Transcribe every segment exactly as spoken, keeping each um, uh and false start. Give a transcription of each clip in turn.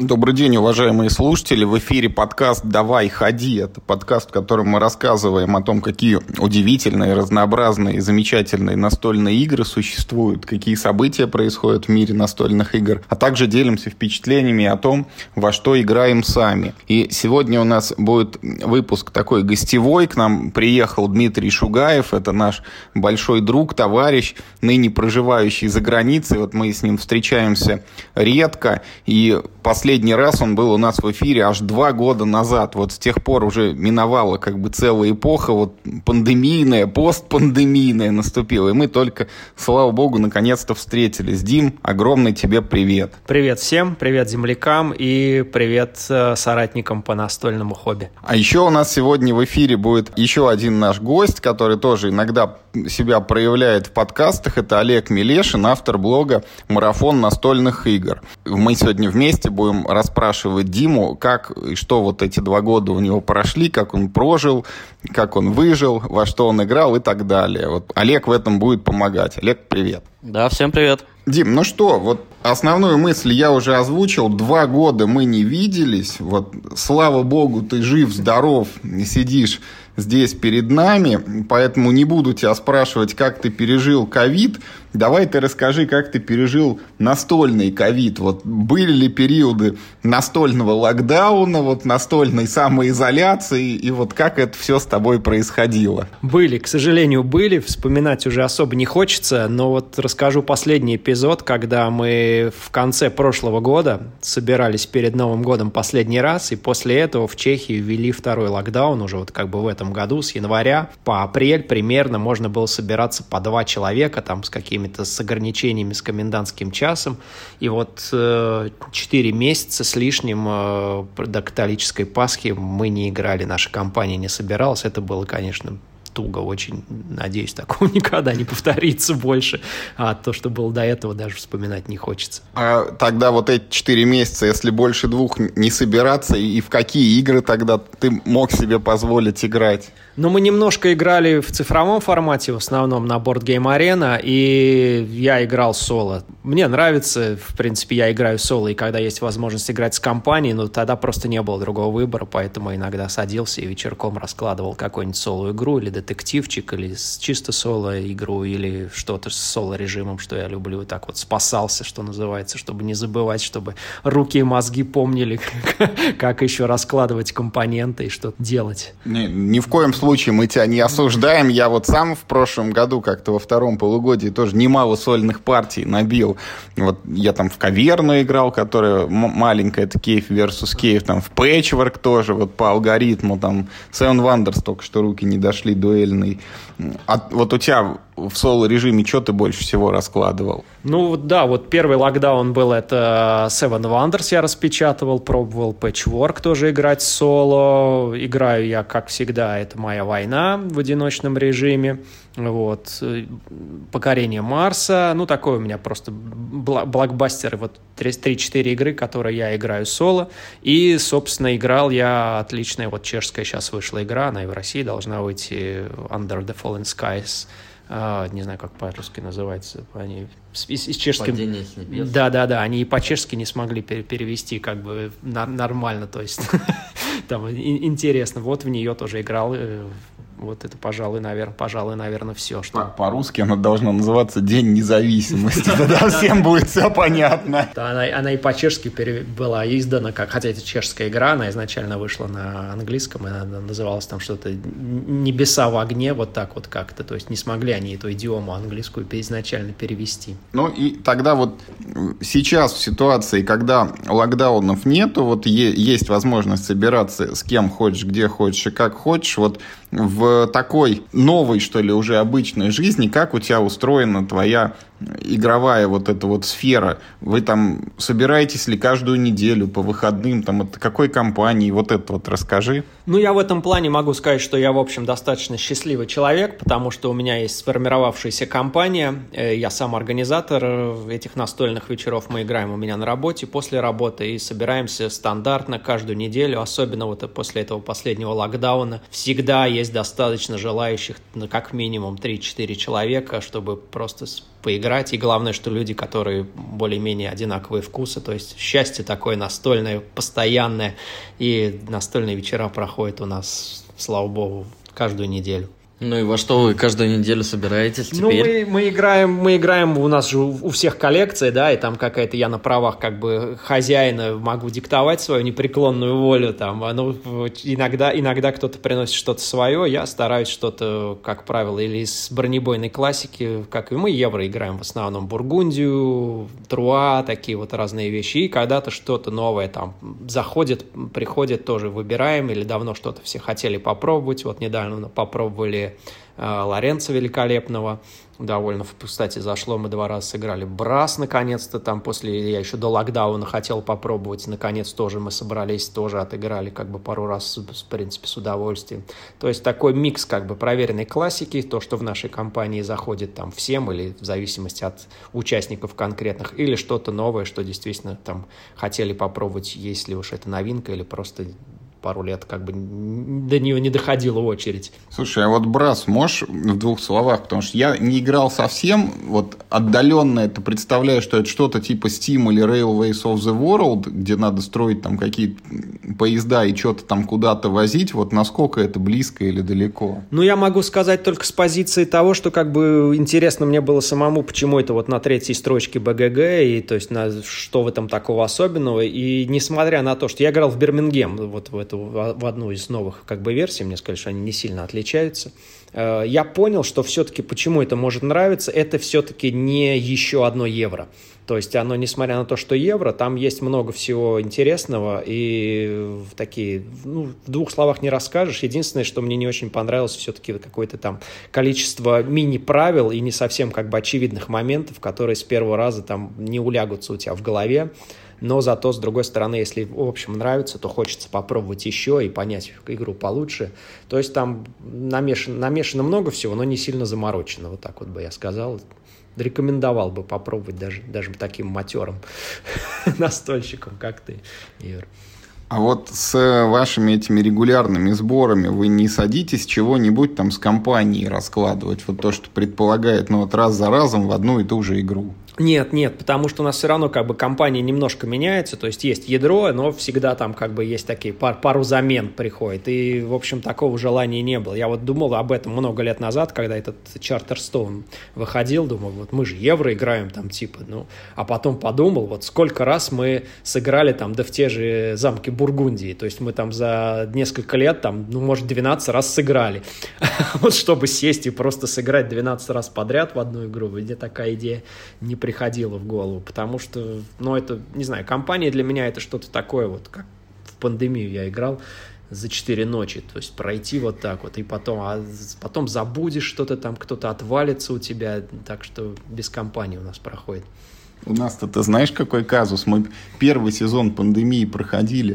Добрый день, уважаемые слушатели. В эфире подкаст «Давай, ходи». Это подкаст, в котором мы рассказываем о том, какие удивительные, разнообразные, замечательные настольные игры существуют, какие события происходят в мире настольных игр, а также делимся впечатлениями о том, во что играем сами. И сегодня у нас будет выпуск такой гостевой. К нам приехал Дмитрий Шугаев. Это наш большой друг, товарищ, ныне проживающий за границей. Вот мы с ним встречаемся редко. И последний раз он был у нас в эфире аж два года назад. Вот с тех пор уже миновала как бы целая эпоха, вот пандемийная, постпандемийная наступила. И мы только, слава богу, наконец-то встретились. Дим, огромный тебе привет. Привет всем, привет землякам и привет э, соратникам по настольному хобби. А еще у нас сегодня в эфире будет еще один наш гость, который тоже иногда себя проявляет в подкастах. Это Олег Милешин, автор блога «Марафон настольных игр». Мы сегодня вместе будем расспрашивать Диму, как и что вот эти два года у него прошли, как он прожил, как он выжил, во что он играл и так далее. Вот Олег в этом будет помогать. Олег, привет. Да, всем привет. Дим, ну что, вот основную мысль я уже озвучил. Два года мы не виделись. Вот, слава богу, ты жив, здоров, сидишь здесь перед нами. Поэтому не буду тебя спрашивать, как ты пережил ковид. Давай ты расскажи, как ты пережил настольный ковид. Вот были ли периоды настольного локдауна, вот настольной самоизоляции, и вот как это все с тобой происходило? Были, к сожалению, были. Вспоминать уже особо не хочется, но вот расскажу последний эпизод, когда мы в конце прошлого года собирались перед Новым годом последний раз, и после этого в Чехии ввели второй локдаун уже вот как бы в этом году, с января по апрель примерно можно было собираться по два человека, там с какими с ограничениями, с комендантским часом. И вот э, четыре месяца с лишним э, до католической Пасхи мы не играли, наша компания не собиралась. Это было, конечно, туго очень. Надеюсь, такого никогда не повторится больше. А то, что было до этого, даже вспоминать не хочется. А тогда вот эти четыре месяца, если больше двух не собираться, и в какие игры тогда ты мог себе позволить играть? Ну, мы немножко играли в цифровом формате, в основном на Board Game Arena, и я играл соло. Мне нравится, в принципе, я играю соло, и когда есть возможность играть с компанией, но тогда просто не было другого выбора, поэтому иногда садился и вечерком раскладывал какую-нибудь соло-игру, или детективчик, или чисто соло-игру, или что-то с соло-режимом, что я люблю. Так вот спасался, что называется, чтобы не забывать, чтобы руки и мозги помнили, как еще раскладывать компоненты и что делать. Ни, ни в коем случае мы тебя не осуждаем. Я вот сам в прошлом году как-то во втором полугодии тоже немало сольных партий набил. Вот я там в Каверну играл, которая м- маленькая, это Cave versus Cave, там в Patchwork тоже, вот по алгоритму, там Seven Wonders только что руки не дошли, дуэльный. А вот у тебя в соло-режиме что ты больше всего раскладывал? Ну да, вот первый локдаун был, это Seven Wonders я распечатывал, пробовал Patchwork тоже играть соло. Играю я, как всегда, это моя война в одиночном режиме. Вот. Покорение Марса. Ну, такой у меня просто блокбастеры. Вот три-четыре игры, которые я играю соло. И, собственно, играл я отличная, вот чешская сейчас вышла игра, она и в России должна выйти, Under the Fallen Skies. А, не знаю, как по-русски называется. Они из, из чешским... Падение с небес. Да-да-да, они и по-чешски не смогли перевести как бы нормально, то есть там интересно. Вот в нее тоже играл. Вот это, пожалуй, наверное, пожалуй, наверное, все. Что... Так, по-русски она должна называться «День независимости». Тогда всем будет все понятно. Она и по-чешски была издана, хотя это чешская игра, она изначально вышла на английском, и она называлась там что-то «Небеса в огне», вот так вот как-то. То есть не смогли они эту идиому английскую изначально перевести. Ну и тогда вот сейчас в ситуации, когда локдаунов нету, вот есть возможность собираться с кем хочешь, где хочешь и как хочешь, вот в такой новой, что ли, уже обычной жизни, как у тебя устроена твоя игровая вот эта вот сфера? Вы там собираетесь ли каждую неделю по выходным, там, от какой компании? Вот это вот расскажи. Ну, я в этом плане могу сказать, что я, в общем, достаточно счастливый человек, потому что у меня есть сформировавшаяся компания, я сам организатор этих настольных вечеров, мы играем у меня на работе, после работы, и собираемся стандартно каждую неделю, особенно вот после этого последнего локдауна. Всегда есть есть достаточно желающих, ну, как минимум три-четыре человека, чтобы просто поиграть. И главное, что люди, которые более-менее одинаковые вкусы, то есть счастье такое настольное, постоянное. И настольные вечера проходят у нас, слава богу, каждую неделю. Ну и во что вы каждую неделю собираетесь теперь? Ну, мы, мы играем, мы играем, у нас же у, у всех коллекция, да, и там какая-то я на правах как бы хозяина могу диктовать свою непреклонную волю, там, ну, иногда, иногда кто-то приносит что-то свое, я стараюсь что-то, как правило, или из бронебойной классики, как и мы евро играем в основном, Бургундию, Труа, такие вот разные вещи, и когда-то что-то новое там заходит, приходит, тоже выбираем, или давно что-то все хотели попробовать, вот недавно попробовали Лоренцо великолепного, довольно, кстати, зашло, мы два раза сыграли Брас, наконец-то, там после, я еще до локдауна хотел попробовать, наконец тоже мы собрались, тоже отыграли как бы пару раз, в принципе, с удовольствием. То есть такой микс как бы проверенной классики, то, что в нашей компании заходит там всем, или в зависимости от участников конкретных, или что-то новое, что действительно там хотели попробовать, если уж это новинка, или просто пару лет как бы до нее не доходила очередь. Слушай, а вот Брас можешь в двух словах? Потому что я не играл совсем, вот отдаленно это представляю, что это что-то типа Steam или Railways of the World, где надо строить там какие-то поезда и что-то там куда-то возить. Вот насколько это близко или далеко? Ну, я могу сказать только с позиции того, что как бы интересно мне было самому, почему это вот на третьей строчке бэ гэ гэ, и то есть на, что в этом такого особенного. И несмотря на то, что я играл в Бирмингем, вот в это в одну из новых как бы версий, мне сказали, что они не сильно отличаются. Я понял, что все-таки почему это может нравиться, это все-таки не еще одно евро. То есть оно, несмотря на то, что евро, там есть много всего интересного, и в такие, ну, в двух словах не расскажешь. Единственное, что мне не очень понравилось, все-таки какое-то там количество мини-правил и не совсем как бы очевидных моментов, которые с первого раза там не улягутся у тебя в голове. Но зато, с другой стороны, если, в общем, нравится, то хочется попробовать еще и понять игру получше. То есть там намешано, намешано много всего, но не сильно заморочено. Вот так вот бы я сказал. Рекомендовал бы попробовать даже, даже таким матерым настольщиком, как ты, Юр. А вот с вашими этими регулярными сборами вы не садитесь чего-нибудь там с компанией раскладывать? Вот то, что предполагает, ну вот раз за разом в одну и ту же игру. Нет, нет, потому что у нас все равно как бы компания немножко меняется, то есть есть ядро, но всегда там как бы есть такие пар, пару замен приходит, и, в общем, такого желания не было. Я вот думал об этом много лет назад, когда этот Charterstone выходил, думал, вот мы же евро играем там типа, ну, а потом подумал, вот сколько раз мы сыграли там, да в те же замки Бургундии, то есть мы там за несколько лет там, ну, может, двенадцать раз сыграли, вот чтобы сесть и просто сыграть двенадцать раз подряд в одну игру, мне такая идея не приходило в голову, потому что, ну, это, не знаю, компания для меня это что-то такое, вот как в пандемию я играл за четыре ночи, то есть пройти вот так вот, и потом, а потом забудешь что-то там, кто-то отвалится у тебя, так что без компании у нас проходит. У нас-то, ты знаешь, какой казус? Мы первый сезон пандемии проходили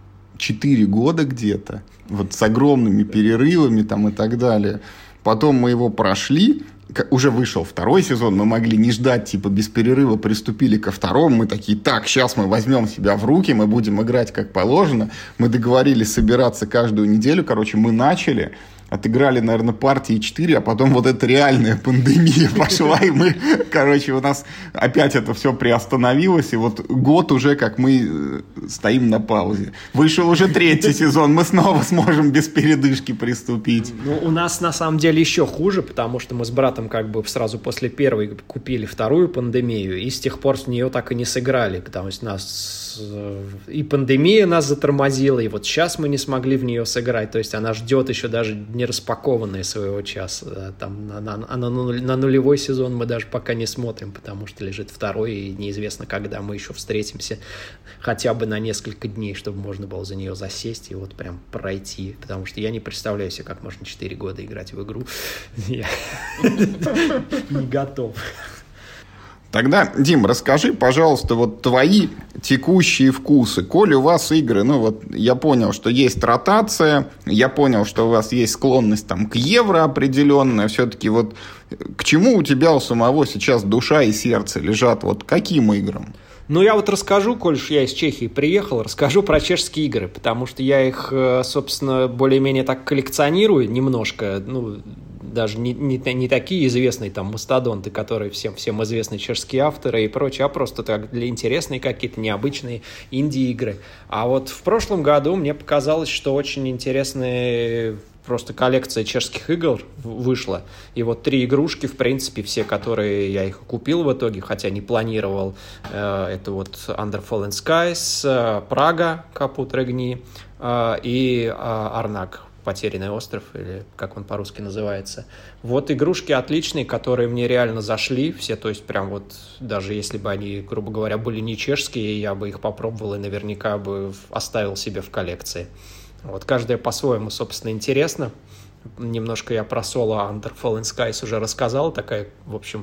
четыре года где-то, вот с огромными перерывами там и так далее. Потом мы его прошли, уже вышел второй сезон, мы могли не ждать, типа, без перерыва приступили ко второму, мы такие, так, сейчас мы возьмем себя в руки, мы будем играть как положено, мы договорились собираться каждую неделю, короче, мы начали, отыграли, наверное, партии четыре, а потом вот эта реальная пандемия пошла, и мы, короче, у нас опять это все приостановилось, и вот год уже, как мы стоим на паузе. Вышел уже третий сезон, мы снова сможем без передышки приступить. Ну, у нас, на самом деле, еще хуже, потому что мы с братом как бы сразу после первой купили вторую пандемию, и с тех пор в нее так и не сыграли, потому что нас и пандемия нас затормозила, и вот сейчас мы не смогли в нее сыграть, то есть она ждет еще даже не распакованные своего часа. Там на, на, на, на нулевой сезон мы даже пока не смотрим, потому что лежит второй, и неизвестно, когда мы еще встретимся хотя бы на несколько дней, чтобы можно было за нее засесть и вот прям пройти. Потому что я не представляю себе, как можно четыре года играть в игру. Я не готов. Тогда, Дим, расскажи, пожалуйста, вот твои текущие вкусы. Коль у вас игры, ну вот я понял, что есть ротация, я понял, что у вас есть склонность там к евро определенная, все-таки вот к чему у тебя у самого сейчас душа и сердце лежат, вот каким играм? Ну, я вот расскажу, коль уж я из Чехии приехал, расскажу про чешские игры, потому что я их, собственно, более-менее так коллекционирую немножко, ну, даже не, не, не такие известные там мастодонты, которые всем, всем известны чешские авторы и прочее, а просто так для интересные какие-то необычные инди-игры. А вот в прошлом году мне показалось, что очень интересные... Просто коллекция чешских игр вышла. И вот три игрушки, в принципе, все, которые я их купил в итоге, хотя не планировал. Это вот Under Fallen Skies, Прага, Капут Регни и Арнак, Потерянный остров, или как он по-русски называется. Вот игрушки отличные, которые мне реально зашли. Все, то есть прям вот, даже если бы они, грубо говоря, были не чешские, я бы их попробовал и наверняка бы оставил себе в коллекции. Вот каждая по-своему, собственно, интересно. Немножко я про соло Under Fallen Skies уже рассказал. Такая, в общем,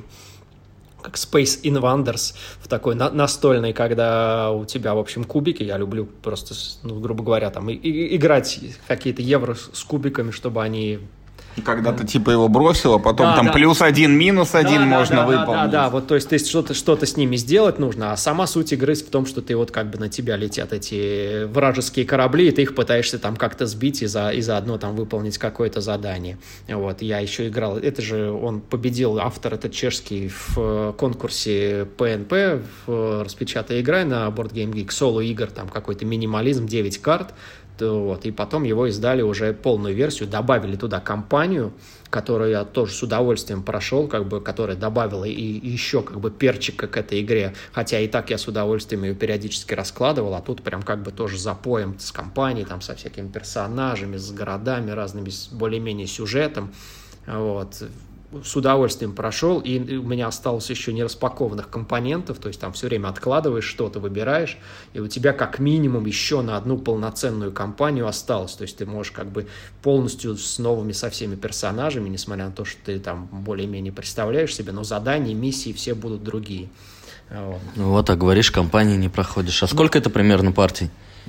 как Space Invaders в такой на- настольной, когда у тебя, в общем, кубики. Я люблю просто, ну, грубо говоря, там и- и- играть какие-то евро с кубиками, чтобы они... Когда ты типа его бросил, а потом Да, там да. плюс один, минус один Да, можно да, да, выполнить. Да, да, да, вот, то есть, ты что-то, что-то с ними сделать нужно, а сама суть игры в том, что ты вот как бы на тебя летят эти вражеские корабли, и ты их пытаешься там как-то сбить и, за, и заодно там выполнить какое-то задание. Вот, я еще играл, это же он победил, автор этот чешский, в конкурсе пэ эн пэ, в распечатай играй на Board Game Geek, соло-игр, там какой-то минимализм, девять карт. Вот, и потом его издали уже полную версию, добавили туда кампанию, которую я тоже с удовольствием прошел, как бы, которая добавила и, и еще как бы перчика к этой игре, хотя и так я с удовольствием ее периодически раскладывал, а тут прям как бы тоже запоем с компанией, там со всякими персонажами, с городами разными, с более-менее сюжетом, вот. С удовольствием прошел, и у меня осталось еще не распакованных компонентов, то есть там все время откладываешь что-то, выбираешь, и у тебя как минимум еще на одну полноценную кампанию осталось, то есть ты можешь как бы полностью с новыми со всеми персонажами, несмотря на то, что ты там более-менее представляешь себе, но задания, миссии все будут другие. Вот, вот а говоришь, кампании не проходишь. А сколько ну, это примерно партий?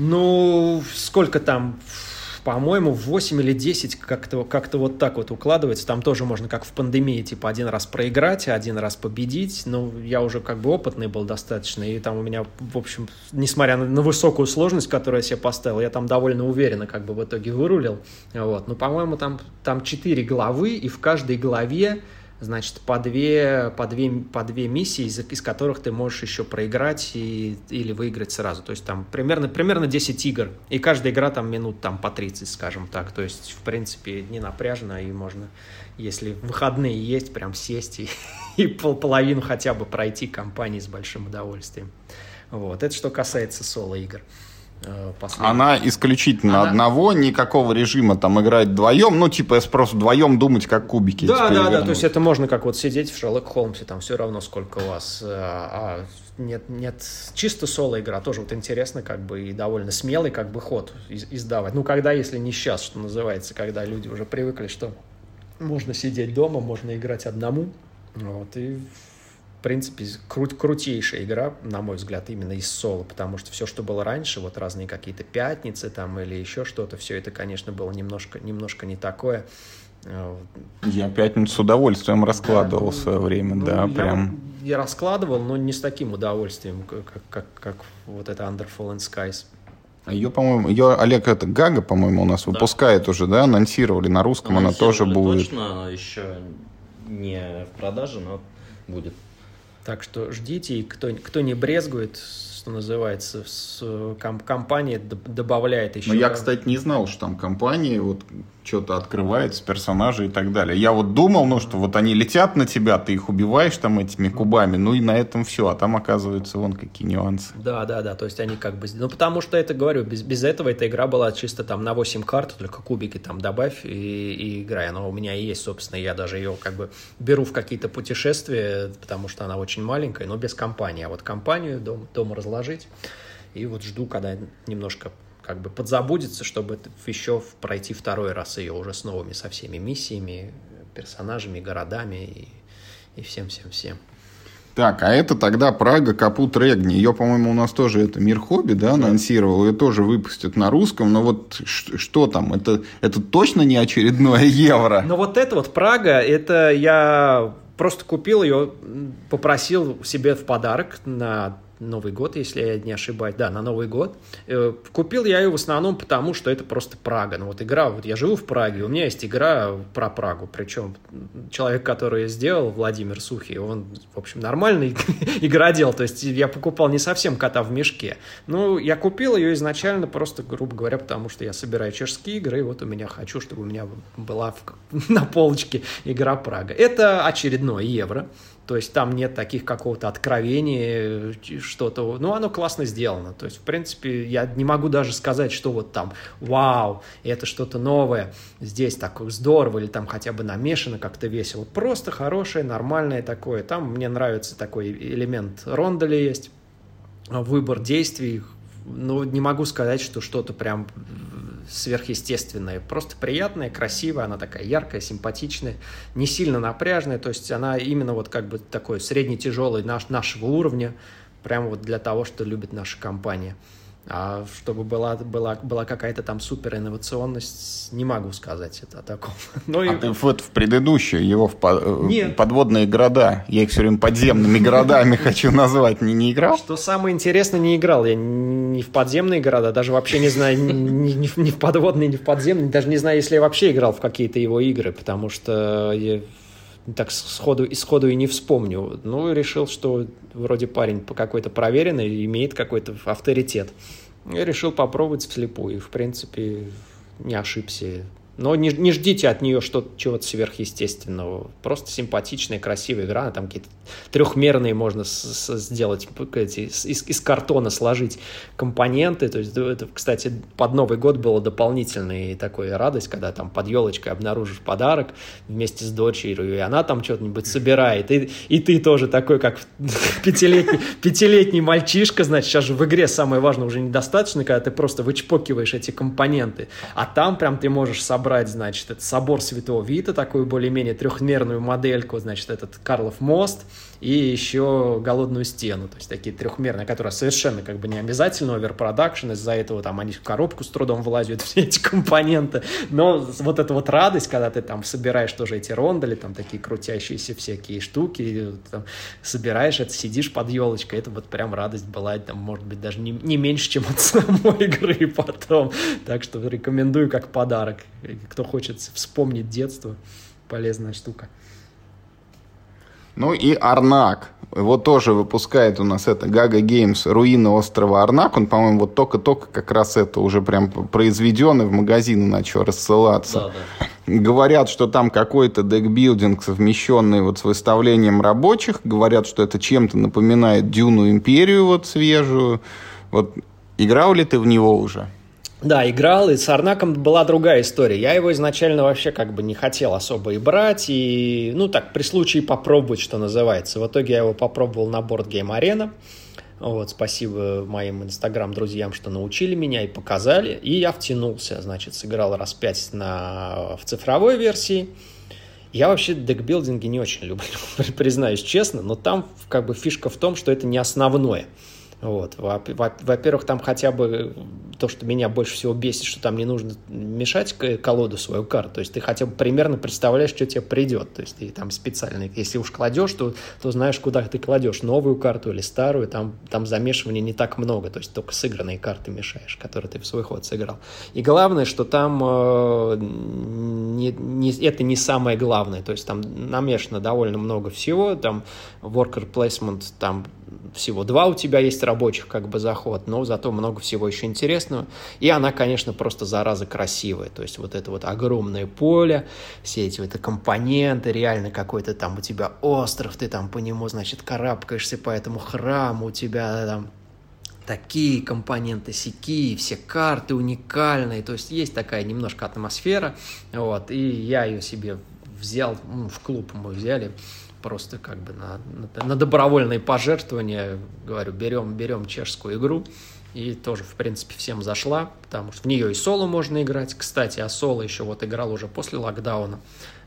Ну, сколько там... По-моему, восемь или десять как-то, как-то вот так вот укладывается. Там тоже можно, как в пандемии, типа один раз проиграть, один раз победить. Ну, я уже как бы опытный был достаточно. И там у меня, в общем, несмотря на, на высокую сложность, которую я себе поставил, я там довольно уверенно как бы в итоге вырулил. Вот. Ну, по-моему, там, там четыре главы, и в каждой главе, значит, по две, по две, по две миссии, из, из которых ты можешь еще проиграть и, или выиграть сразу. То есть там примерно, примерно десять игр. И каждая игра там минут там, по тридцать, скажем так. То есть, в принципе, не напряжно. И можно, если выходные есть, прям сесть и, и пол, половину хотя бы пройти кампании с большим удовольствием. Вот. Это что касается соло-игр. Последний. Она исключительно Она... одного, никакого режима там играть вдвоем, ну типа просто вдвоем думать, как кубики. Да, да, да, то есть это можно как вот сидеть в Шерлок Холмсе, там все равно сколько у вас, а нет, нет, чисто соло-игра, тоже вот интересно, как бы и довольно смелый как бы ход издавать, ну когда, если не сейчас, что называется, когда люди уже привыкли, что можно сидеть дома, можно играть одному, вот, и в принципе, крут, крутейшая игра, на мой взгляд, именно из соло, потому что все, что было раньше, вот разные какие-то пятницы там или еще что-то, все это, конечно, было немножко, немножко не такое. Я пятницу с удовольствием раскладывал да, в свое время, ну, да, я, прям. Я раскладывал, но не с таким удовольствием, как, как, как вот это Under Fallen Skies. Ее, по-моему, ее Олег, это Гага, по-моему, у нас да. выпускает уже, да, анонсировали на русском, она тоже будет. Точно, еще не в продаже, но будет. Так что ждите, и кто, кто не брезгует, что называется, с комп- компания добавляет еще... Но я, кстати, не знал, что там компания вот что-то открывает с персонажей и так далее. Я вот думал, ну, что вот они летят на тебя, ты их убиваешь там этими кубами, ну и на этом все, а там оказывается вон какие нюансы. Да, да, да, то есть они как бы... Ну, потому что, это говорю, без, без этого эта игра была чисто там на восемь карт, только кубики там добавь и, и играй. Она у меня и есть, собственно, я даже ее как бы беру в какие-то путешествия, потому что она очень маленькая, но без компании. А вот компанию дом, дома разложить, и вот жду, когда немножко как бы подзабудется, чтобы еще пройти второй раз ее уже с новыми, со всеми миссиями, персонажами, городами и, и всем-всем-всем. Так, а это тогда Прага Капут Регни. Ее, по-моему, у нас тоже это Мир Хобби, да, анонсировал. Ее тоже выпустят на русском. Но вот ш- что там? Это, это точно не очередное евро? Ну вот это вот Прага, это я просто купил ее, попросил себе в подарок на Новый год, если я не ошибаюсь, да, на Новый год. Купил я ее в основном потому, что это просто Прага. Ну вот игра, вот я живу в Праге, у меня есть игра про Прагу, причем человек, который ее сделал, Владимир Сухий, он, в общем, нормальный игродел, то есть я покупал не совсем кота в мешке. Ну, я купил ее изначально просто, грубо говоря, потому что я собираю чешские игры, и вот у меня хочу, чтобы у меня была в, на полочке игра Прага. Это очередное евро. То есть там нет таких какого-то откровения, что-то, ну, оно классно сделано. То есть, в принципе, я не могу даже сказать, что вот там, вау, это что-то новое, здесь так здорово, или там хотя бы намешано как-то весело. Просто хорошее, нормальное такое. Там мне нравится такой элемент ронделя есть, выбор действий. Ну, не могу сказать, что что-то прям сверхъестественное. Просто приятная, красивая, она такая яркая, симпатичная, не сильно напряжная. То есть она именно вот как бы такой средне-тяжелый наш, нашего уровня, прямо вот для того, что любит наша компания. А чтобы была, была, была какая-то там супер инновационность, не могу сказать это о таком. Но а и... ты вот в предыдущую, его в по... Нет. подводные города, я их все время подземными городами хочу назвать, не, не играл? Что самое интересное, не играл. Я ни в подземные города, даже вообще не знаю, ни, ни, ни в подводные, ни в подземные, даже не знаю, если я вообще играл в какие-то его игры, потому что я так сходу, сходу и не вспомню. Ну, решил, что вроде парень какой-то проверенный, имеет какой-то авторитет. Я решил попробовать вслепую, и, в принципе, не ошибся. Но не, не ждите от нее что-то, чего-то сверхъестественного. Просто симпатичная, красивая игра. Там какие-то трехмерные можно с, с, сделать, эти, из, из картона сложить компоненты. То есть, это, кстати, под Новый год была дополнительная такая радость, когда там под елочкой обнаружишь подарок вместе с дочерью, и она там что-нибудь собирает. И, и ты тоже такой, как пятилетний, пятилетний мальчишка. Значит, сейчас же в игре самое важное уже недостаточно, когда ты просто вычпокиваешь эти компоненты. А там прям ты можешь собрать брать, значит, это собор Святого Вита, такую более-менее трехмерную модельку, значит, этот Карлов мост и еще Голодную стену, то есть такие трехмерные, которые совершенно как бы не обязательно оверпродакшн, из-за этого там они в коробку с трудом вылазят, все эти компоненты, но вот эта вот радость, когда ты там собираешь тоже эти рондели, там такие крутящиеся всякие штуки, там, собираешь это, сидишь под елочкой, это вот прям радость была, там, может быть, даже не, не меньше, чем от самой игры потом, так что рекомендую как подарок. Кто хочет вспомнить детство, полезная штука. Ну и Арнак. Его тоже выпускает у нас это Gaga Games «Руины острова Арнак». Он, по-моему, вот только-только как раз это уже прям произведен, и в магазины начал рассылаться. Да, да. Говорят, что там какой-то декбилдинг, совмещенный вот с выставлением рабочих. Говорят, что это чем-то напоминает Дюну Империю вот свежую. Вот играл ли ты в него уже? Да, играл, и с Арнаком была другая история. Я его изначально вообще как бы не хотел особо и брать, и, ну, так, при случае попробовать, что называется. В итоге я его попробовал на Board Game Arena. Вот, спасибо моим инстаграм-друзьям, что научили меня и показали. И я втянулся, значит, сыграл раз пять на, в цифровой версии. Я вообще декбилдинги не очень люблю, признаюсь честно, но там как бы фишка в том, что это не основное. Вот. Во-первых, там хотя бы то, что меня больше всего бесит, что там не нужно мешать колоду свою карту, то есть ты хотя бы примерно представляешь, что тебе придет, то есть ты там специально, если уж кладешь, то, то знаешь, куда ты кладешь, новую карту или старую, там, там замешивания не так много, то есть только сыгранные карты мешаешь, которые ты в свой ход сыграл. И главное, что там э, не, не, это не самое главное, то есть там намешано довольно много всего, там worker placement, там всего два у тебя есть рабочих как бы заход, но зато много всего еще интересного. И она, конечно, просто зараза красивая. То есть вот это вот огромное поле, все эти вот компоненты, реально какой-то там у тебя остров, ты там по нему, значит, карабкаешься по этому храму, у тебя там такие компоненты, сякие, все карты уникальные. То есть есть такая немножко атмосфера. Вот, и я ее себе взял, ну, в клуб мы взяли, просто как бы на, на, на добровольные пожертвования, говорю, берем, берем чешскую игру, и тоже, в принципе, всем зашла, потому что в нее и соло можно играть. Кстати, а соло еще вот играл уже после локдауна.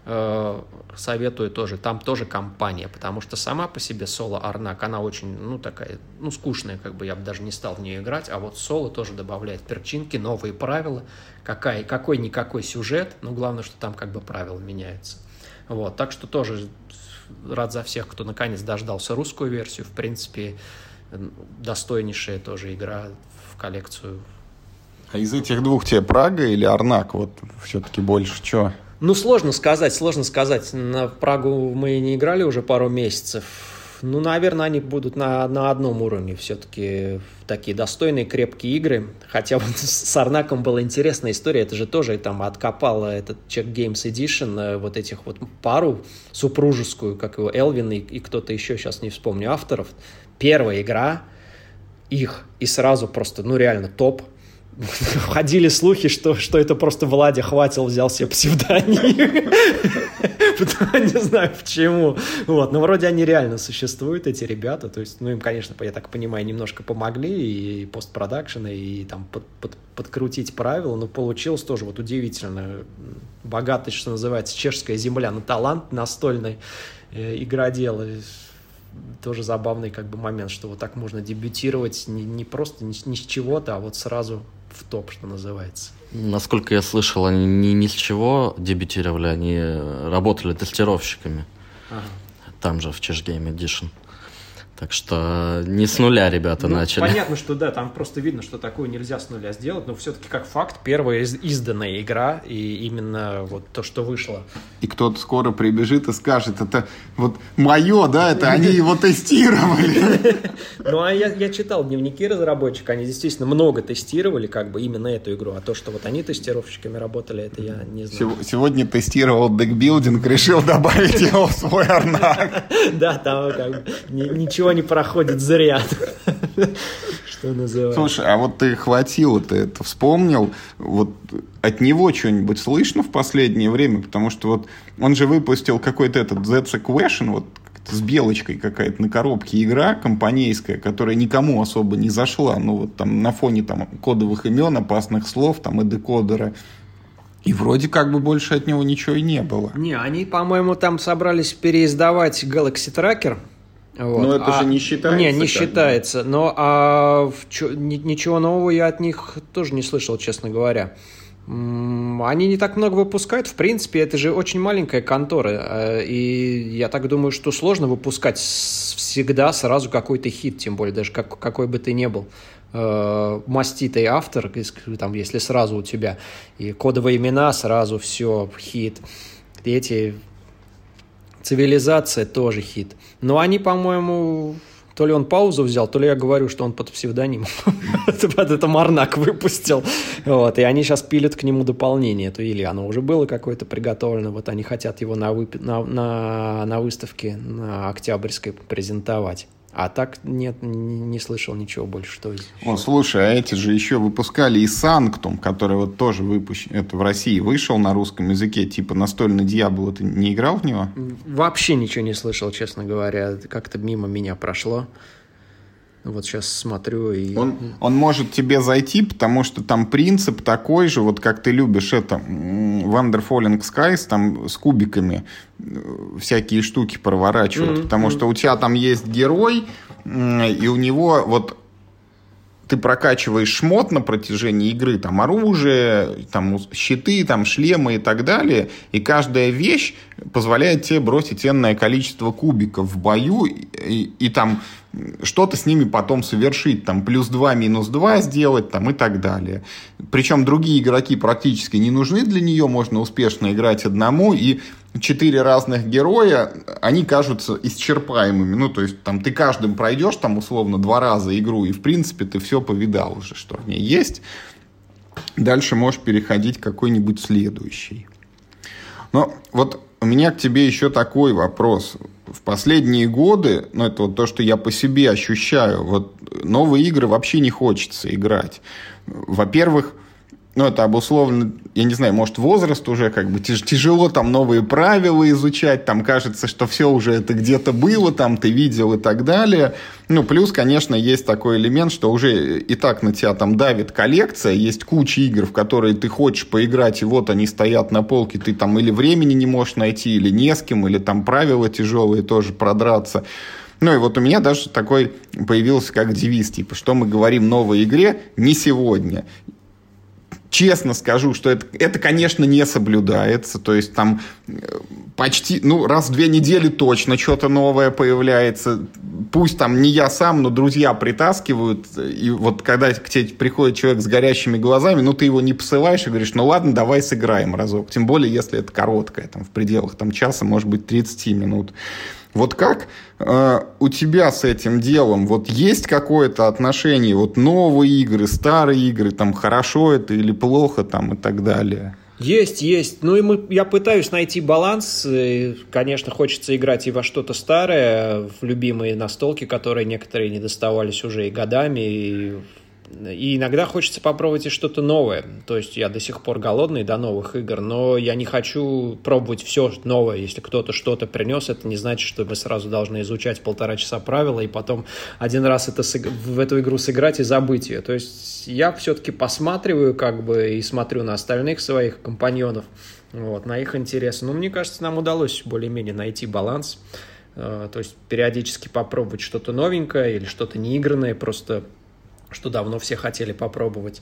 Э, советую тоже, там тоже компания, потому что сама по себе соло Арнак, она очень, ну, такая, ну, скучная, как бы я бы даже не стал в нее играть, а вот соло тоже добавляет перчинки, новые правила, какая, какой-никакой сюжет, но главное, что там как бы правила меняются. Вот, так что тоже рад за всех, кто наконец дождался русскую версию. В принципе, достойнейшая тоже игра в коллекцию. А из этих двух тебе Прага или Арнак? Вот все-таки больше что? Ну, сложно сказать, сложно сказать. На Прагу мы не играли уже пару месяцев. Ну, наверное, они будут на, на одном уровне все-таки. Такие достойные, крепкие игры. Хотя вот с Арнаком была интересная история. Это же тоже там откопал этот Czech Games Edition, вот этих вот пару супружескую, как его, Элвин и, и кто-то еще, сейчас не вспомню авторов. Первая игра их, и сразу просто, ну, реально топ. Ходили слухи, что, что это просто Владя Хватил взял себе псевдоним. Не знаю почему. Вот. Но вроде они реально существуют, эти ребята. То есть, ну, им, конечно, я так понимаю, немножко помогли и постпродакшн, и там под, под, подкрутить правила. Но получилось тоже вот удивительно. Богатый, что называется, чешская земля на талант настольной э, игроделы. Тоже забавный как бы момент, что вот так можно дебютировать не, не просто ни, ни с чего-то, а вот сразу в топ, что называется. Насколько я слышал, они ни, ни с чего дебютировали, они работали тестировщиками. Ага. Там же в Czech Game Edition. Так что не с нуля ребята ну, начали. Понятно, что да, там просто видно, что такое нельзя с нуля сделать, но все-таки как факт первая из- изданная игра, и именно вот то, что вышло. И кто-то скоро прибежит и скажет, это вот мое, да, это они его тестировали. Ну, а я читал дневники разработчиков, они действительно много тестировали как бы именно эту игру, а то, что вот они тестировщиками работали, это я не знаю. Сегодня тестировал декбилдинг, решил добавить его в свой Арнак. Да, там как бы ничего не проходит зря, что называется. Слушай, а вот ты Хватило, ты это вспомнил, вот от него что-нибудь слышно в последнее время? Потому что вот он же выпустил какой-то этот That's a Question, вот с белочкой какая-то на коробке игра компанейская, которая никому особо не зашла, ну вот там на фоне там кодовых имен, опасных слов, там и декодера. И вроде как бы больше от него ничего и не было. Не, они, по-моему, там собрались переиздавать Galaxy Tracker. Вот. Но это а, же не считается. Не, не считается. Бы. Но а, чё, ничего нового я от них тоже не слышал, честно говоря. Они не так много выпускают. В принципе, это же очень маленькая контора. И я так думаю, что сложно выпускать всегда сразу какой-то хит, тем более даже как, какой бы ты ни был. Маститый автор, там, если сразу у тебя и кодовые имена, сразу все хит. Эти... Цивилизация тоже хит. Но они, по-моему, то ли он паузу взял, то ли я говорю, что он под псевдонимом. Под это Арнак выпустил. Вот. И они сейчас пилят к нему дополнение. То или оно уже было какое-то приготовлено, вот они хотят его на, вып... на, на, на выставке на Октябрьской презентовать. А так нет, не, не слышал ничего больше. Что О, слушай, а эти же еще выпускали и Санктум, который вот тоже выпущен, это в России вышел на русском языке, типа настольный Дьявол. Ты не играл в него? Вообще ничего не слышал, честно говоря. Как-то мимо меня прошло. Вот сейчас смотрю и... Он, он может тебе зайти, потому что там принцип такой же, вот как ты любишь это, Wonder Falling Skies, там с кубиками всякие штуки проворачивают, mm-hmm. потому что у тебя там есть герой, и у него вот ты прокачиваешь шмот на протяжении игры, там оружие, там щиты, там шлемы и так далее, и каждая вещь позволяет тебе бросить энное количество кубиков в бою, и, и там что-то с ними потом совершить, там плюс два, минус два сделать, там и так далее. Причем другие игроки практически не нужны для нее, можно успешно играть одному, и четыре разных героя, они кажутся исчерпаемыми. Ну, то есть, там, ты каждым пройдешь, там, условно, два раза игру, и, в принципе, ты все повидал уже, что в ней есть. Дальше можешь переходить к какой-нибудь следующей. Но вот у меня к тебе еще такой вопрос. В последние годы, ну, это вот то, что я по себе ощущаю, вот новые игры вообще не хочется играть. Во-первых, ну, это обусловлено, я не знаю, может, возраст уже как бы тяжело там новые правила изучать, там кажется, что все уже это где-то было, там ты видел и так далее. Ну, плюс, конечно, есть такой элемент, что уже и так на тебя там давит коллекция, есть куча игр, в которые ты хочешь поиграть, и вот они стоят на полке, ты там или времени не можешь найти, или не с кем, или там правила тяжелые тоже продраться. Ну, и вот у меня даже такой появился как девиз, типа, что мы говорим новой игре не сегодня. честно скажу, что это, это, конечно, не соблюдается. То есть там почти, ну, раз в две недели точно что-то новое появляется. Пусть там не я сам, но друзья притаскивают. И вот когда к тебе приходит человек с горящими глазами, ну, ты его не посылаешь и говоришь, ну, ладно, давай сыграем разок. Тем более, если это короткое, там, в пределах там, часа, может быть, тридцать минут. Вот как э, у тебя с этим делом? Вот есть какое-то отношение? Вот новые игры, старые игры, там, хорошо это или плохо, там, и так далее? Есть, есть. Ну, и мы, я пытаюсь найти баланс. И, конечно, хочется играть и во что-то старое, в любимые настолки, которые некоторые не доставались уже и годами, и... И иногда хочется попробовать и что-то новое. То есть я до сих пор голодный до новых игр, но я не хочу пробовать все новое. Если кто-то что-то принес, это не значит, что мы сразу должны изучать полтора часа правила и потом один раз это, в эту игру сыграть и забыть ее. То есть я все-таки посматриваю как бы и смотрю на остальных своих компаньонов, вот, на их интересы. Но мне кажется, нам удалось более-менее найти баланс. То есть периодически попробовать что-то новенькое или что-то неигранное, просто... что давно все хотели попробовать.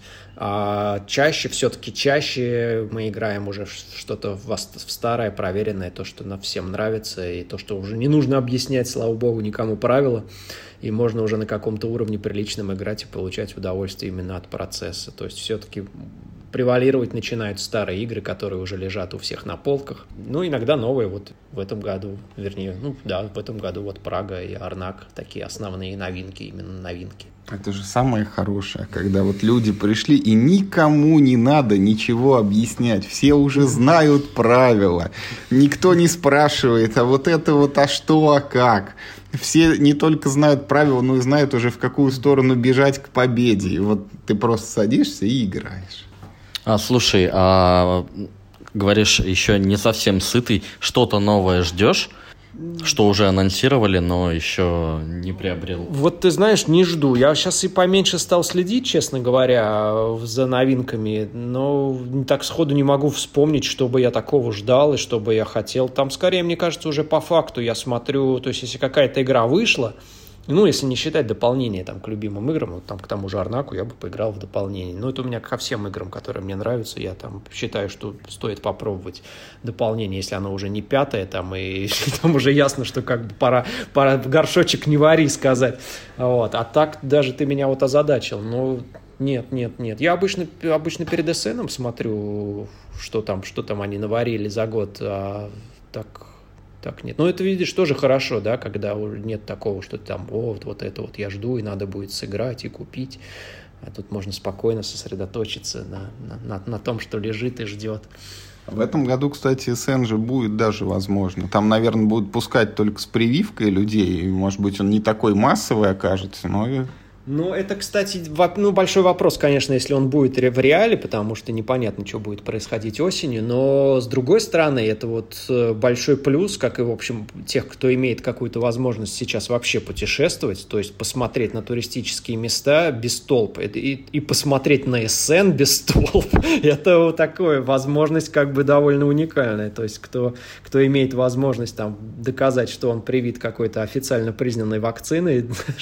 А чаще, все-таки чаще мы играем уже что-то в, в старое, проверенное, то, что нам всем нравится, и то, что уже не нужно объяснять, слава богу, никому правила, и можно уже на каком-то уровне приличном играть и получать удовольствие именно от процесса. То есть все-таки превалировать начинают старые игры, которые уже лежат у всех на полках. Ну, иногда новые. Вот в этом году, вернее, ну да, в этом году вот Прага и Арнак, такие основные новинки, именно новинки. Это же самое хорошее, когда вот люди пришли, и никому не надо ничего объяснять. Все уже знают правила. Никто не спрашивает, а вот это вот, а что, а как. Все не только знают правила, но и знают уже, в какую сторону бежать к победе. И вот ты просто садишься и играешь. А, слушай, а говоришь, еще не совсем сытый, что-то новое ждешь? Что уже анонсировали, но еще не приобрел. Вот ты знаешь, не жду. Я сейчас и поменьше стал следить, честно говоря, за новинками, но так сходу не могу вспомнить, чтобы я такого ждал и чтобы я хотел. Там скорее, мне кажется, уже по факту я смотрю, то есть если какая-то игра вышла, ну, если не считать дополнение там, к любимым играм, вот, там, к тому же Арнаку я бы поиграл в дополнение. Но это у меня ко всем играм, которые мне нравятся. Я там считаю, что стоит попробовать дополнение, если оно уже не пятое, там, и там уже ясно, что как бы пора, пора горшочек не вари сказать. Вот. А так даже ты меня вот озадачил. Но нет, нет, нет. Я обычно, обычно перед эсэном смотрю, что там, что там они наварили за год. А так... Так нет. Но это, видишь, тоже хорошо, да, когда уже нет такого, что там, о, вот, вот это вот я жду, и надо будет сыграть и купить. А тут можно спокойно сосредоточиться на, на, на, на том, что лежит и ждет. В этом году, кстати, эсэн же будет даже возможно. Там, наверное, будут пускать только с прививкой людей. И, может быть, он не такой массовый окажется, но... Ну, это, кстати, ну, большой вопрос, конечно, если он будет в реале, потому что непонятно, что будет происходить осенью, но, с другой стороны, это вот большой плюс, как и, в общем, тех, кто имеет какую-то возможность сейчас вообще путешествовать, то есть посмотреть на туристические места без толп, и, и посмотреть на эсэн без толп, это вот такая возможность как бы довольно уникальная, то есть кто, кто имеет возможность там доказать, что он привит какой-то официально признанной вакциной,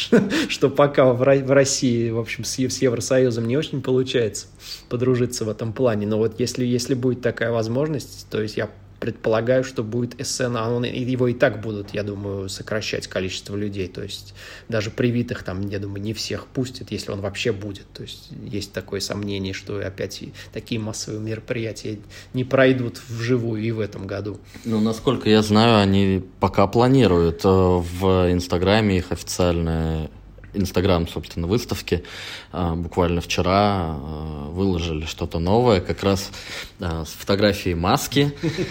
что пока в в России, в общем, с Евросоюзом не очень получается подружиться в этом плане. Но вот если, если будет такая возможность, то есть я предполагаю, что будет эсэн, а он, его и так будут, я думаю, сокращать количество людей. То есть даже привитых там, я думаю, не всех пустят, если он вообще будет. То есть есть такое сомнение, что опять такие массовые мероприятия не пройдут вживую и в этом году. Ну, насколько я знаю, они пока планируют в Инстаграме их официальное... Инстаграм, собственно, выставки. Буквально вчера выложили что-то новое, как раз с фотографией маски,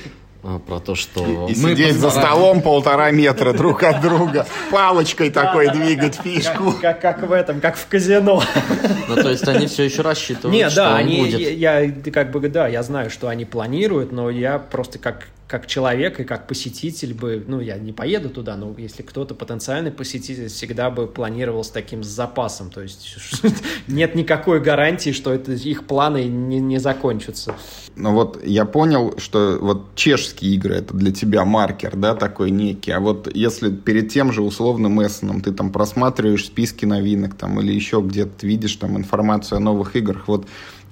про то, что... И мы сидеть за столом полтора метра друг от друга, палочкой такой двигать фишку. Как, как, как в этом, как в казино. Ну, то есть они все еще рассчитывают, Нет, что да, он они, будет. Я, я, как бы, да, я знаю, что они планируют, но я просто как... как человек и как посетитель бы, ну, я не поеду туда, но если кто-то потенциальный посетитель, всегда бы планировал с таким с запасом, то есть нет никакой гарантии, что это, их планы не, не закончатся. Ну вот я понял, что вот чешские игры это для тебя маркер, да, такой некий, а вот если перед тем же условным эсэном ты там просматриваешь списки новинок там или еще где-то видишь там информацию о новых играх, вот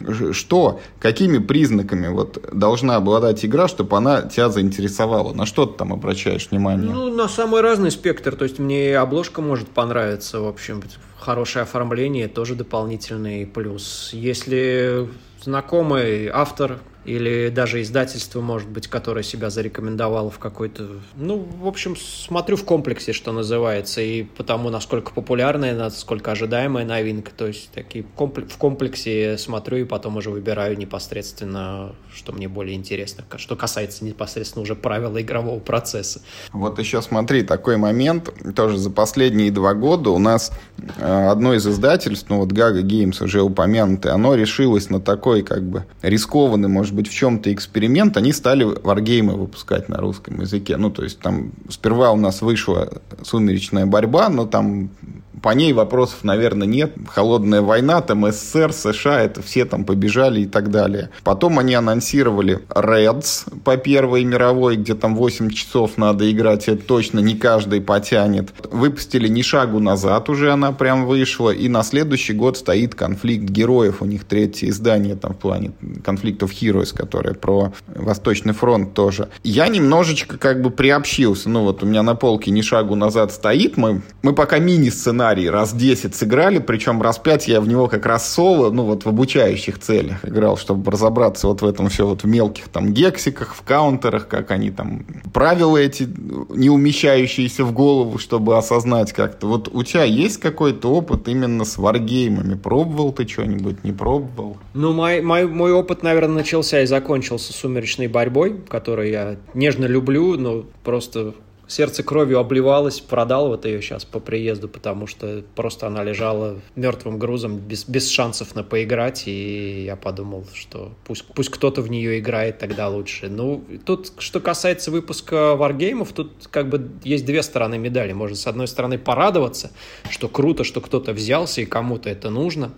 Что, какими признаками вот должна обладать игра, чтобы она тебя заинтересовала? На что ты там обращаешь внимание? Ну, на самый разный спектр. То есть мне и обложка может понравиться, в общем, хорошее оформление тоже дополнительный плюс. Если знакомый автор или даже издательство, может быть, которое себя зарекомендовало в какой-то... Ну, в общем, смотрю в комплексе, что называется, и потому, насколько популярная, насколько ожидаемая новинка. То есть такие в комплексе смотрю и потом уже выбираю непосредственно, что мне более интересно, что касается непосредственно уже правила игрового процесса. Вот еще смотри, такой момент, тоже за последние два года у нас одно из издательств, ну вот Gaga Games уже упомянутое, оно решилось на такой как бы рискованный, может быть, в чем-то эксперимент, они стали варгеймы выпускать на русском языке. Ну, то есть, там сперва у нас вышла «Сумеречная борьба», но там по ней вопросов, наверное, нет. Холодная война, там СССР, США, это все там побежали и так далее. Потом они анонсировали Reds по Первой мировой, где там восемь часов надо играть, это точно не каждый потянет. Выпустили «Ни шагу назад», уже она прям вышла, и на следующий год стоит «Конфликт героев», у них третье издание там в плане «Conflict of Heroes», которое про Восточный фронт тоже. Я немножечко как бы приобщился, ну вот у меня на полке «Ни шагу назад» стоит, мы, мы пока мини-сценарий раз десять сыграли, причем раз пять я в него как раз соло, ну вот в обучающих целях играл, чтобы разобраться вот в этом все вот в мелких там гексиках, в каунтерах, как они там, правила эти не умещающиеся в голову, чтобы осознать как-то. Вот у тебя есть какой-то опыт именно с варгеймами? Пробовал ты что-нибудь, не пробовал? Ну, мой, мой, мой опыт, наверное, начался и закончился «Сумеречной борьбой», которую я нежно люблю, но просто... Сердце кровью обливалось, продал вот ее сейчас по приезду, потому что просто она лежала мертвым грузом, без, без шансов на поиграть, и я подумал, что пусть, пусть кто-то в нее играет, тогда лучше. Ну, тут, что касается выпуска варгеймов, тут как бы есть две стороны медали. Можно, с одной стороны, порадоваться, что круто, что кто-то взялся, и кому-то это нужно.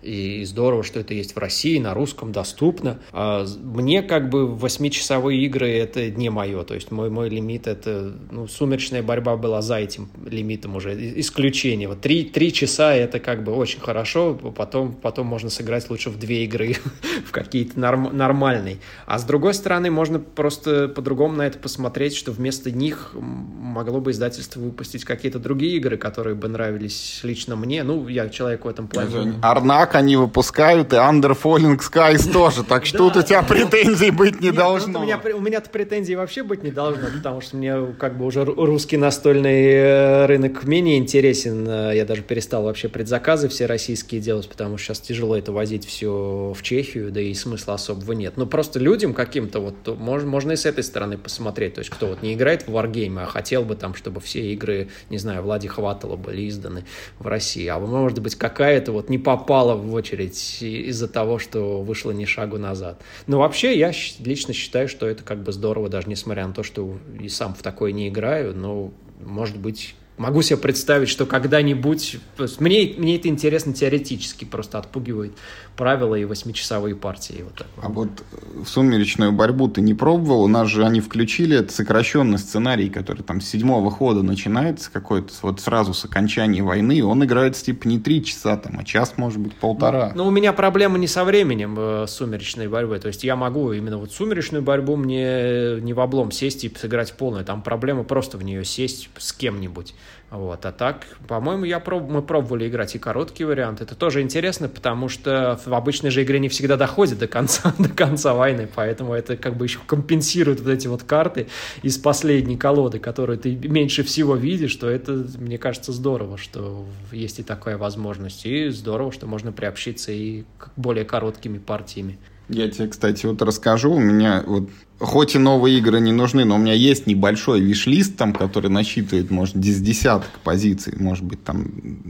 И здорово, что это есть в России, на русском доступно. А мне как бы восьмичасовые игры это не мое. То есть мой, мой лимит это... Ну, «Сумеречная борьба» была за этим лимитом уже. Исключение. Вот три, три часа это как бы очень хорошо. Потом, потом можно сыграть лучше в две игры, в какие-то норм, нормальные. А с другой стороны, можно просто по-другому на это посмотреть, что вместо них могло бы издательство выпустить какие-то другие игры, которые бы нравились лично мне. Ну, я человек в этом плане. Арнак они выпускают, и Under Falling Skies тоже. Так что тут у тебя претензий быть не должно. У меня-то претензий вообще быть не должно, потому что мне как бы уже русский настольный рынок менее интересен. Я даже перестал вообще предзаказы все российские делать, потому что сейчас тяжело это возить все в Чехию, да и смысла особого нет. Но просто людям каким-то вот можно и с этой стороны посмотреть. То есть кто вот не играет в варгеймы, а хотел бы там, чтобы все игры, не знаю, Влади Хватало были изданы в России. А может быть какая-то вот не попала в очередь из-за того, что вышло «Ни шагу назад». Но вообще я лично считаю, что это как бы здорово, даже несмотря на то, что и сам в такое не играю, но, может быть, могу себе представить, что когда-нибудь... Мне, мне это интересно теоретически, просто отпугивает правила и восьмичасовые партии. Вот так. А вот в «Сумеречную борьбу» ты не пробовал? У нас же они включили этот сокращенный сценарий, который там с седьмого хода начинается какой-то, вот сразу с окончания войны, и он играет типа не три часа, там, а час, может быть, полтора. Ну, ну, у меня проблема не со временем э, «Сумеречной борьбы». То есть я могу именно вот «Сумеречную борьбу» мне не в облом сесть и сыграть полную. Там проблема просто в нее сесть с кем-нибудь. Вот. А так, по-моему, я проб... мы пробовали играть и короткий вариант. Это тоже интересно, потому что в обычной же игре не всегда доходит до конца, до конца войны, поэтому это как бы еще компенсирует вот эти вот карты из последней колоды, которую ты меньше всего видишь, что это, мне кажется, здорово, что есть и такая возможность. И здорово, что можно приобщиться и к более короткими партиями. Я тебе, кстати, вот расскажу. У меня вот, хоть и новые игры не нужны, но у меня есть небольшой виш-лист, там, который насчитывает, может, десяток позиций, может быть, там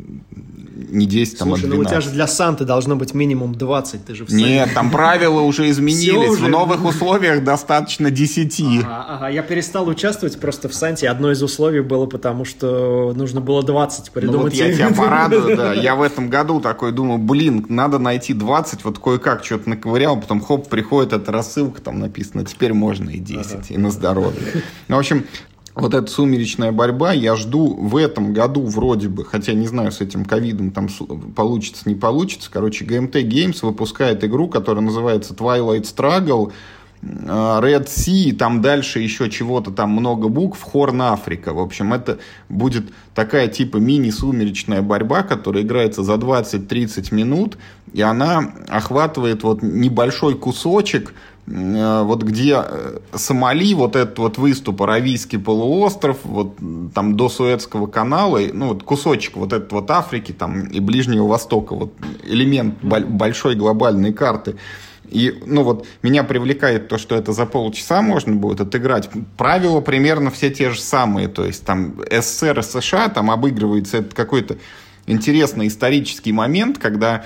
не десять, там, Слушай, а двенадцать. ну у тебя же для Санты должно быть минимум двадцать, ты же в Санте. Нет, там правила уже изменились, в новых условиях достаточно десяти. Ага, ага, я перестал участвовать просто в Санте, одно из условий было, потому что нужно было двадцать придумать. Ну вот я тебя порадую, да, я в этом году такой думаю, блин, надо найти двадцать, вот кое-как что-то наковырял, потом хоп, приходит эта рассылка, там написано, теперь можно и десять, ага. И на здоровье. Ну, в общем... вот эта «Сумеречная борьба», я жду в этом году вроде бы, хотя не знаю, с этим ковидом там получится, не получится. Короче, джи эм ти Games выпускает игру, которая называется Twilight Struggle, Red Sea, там дальше еще чего-то, там много букв, Хорн Африка. В общем, это будет такая типа мини-сумеречная борьба, которая играется за двадцать-тридцать минут, и она охватывает вот небольшой кусочек, вот где Сомали, вот этот вот выступ, Аравийский полуостров, вот там до Суэцкого канала, ну вот кусочек вот этот вот Африки там и Ближнего Востока, вот элемент большой глобальной карты. И, ну вот, меня привлекает то, что это за полчаса можно будет отыграть. Правила примерно все те же самые. То есть, там, СССР и США, там обыгрывается это какой-то интересный исторический момент, когда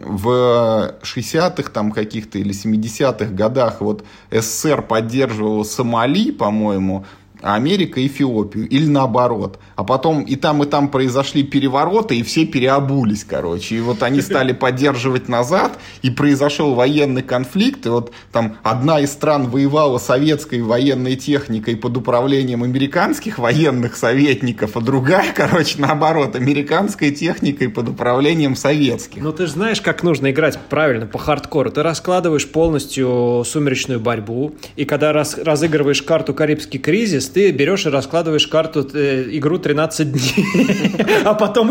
в шестидесятых там каких-то или семидесятых годах вот СССР поддерживала Сомали, по-моему, а Америка Эфиопию, или наоборот. А потом и там, и там произошли перевороты, и все переобулись, короче. И вот они стали поддерживать назад, и произошел военный конфликт, и вот там одна из стран воевала советской военной техникой под управлением американских военных советников, а другая, короче, наоборот, американской техникой под управлением советских. Ну, ты же знаешь, как нужно играть правильно, по хардкору. Ты раскладываешь полностью «Сумеречную борьбу», и когда раз, разыгрываешь карту «Карибский кризис», ты берешь и раскладываешь карту, э, игру тринадцать дней, а потом...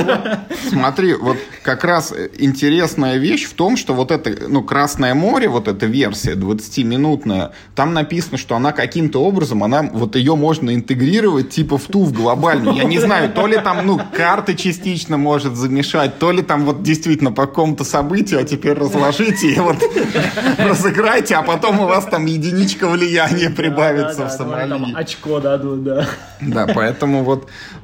Смотри, вот как раз интересная вещь в том, что вот это, ну, «Красное море», вот эта версия двадцатиминутная, там написано, что она каким-то образом, она, вот ее можно интегрировать типа в ту, в глобальную. Я не знаю, то ли там, ну, карты частично может замешать, то ли там вот действительно по какому-то событию, а теперь разложите и вот разыграйте, а потом у вас там единичка влияния прибавится в Сомали. Очко дадут, да. Да, поэтому вот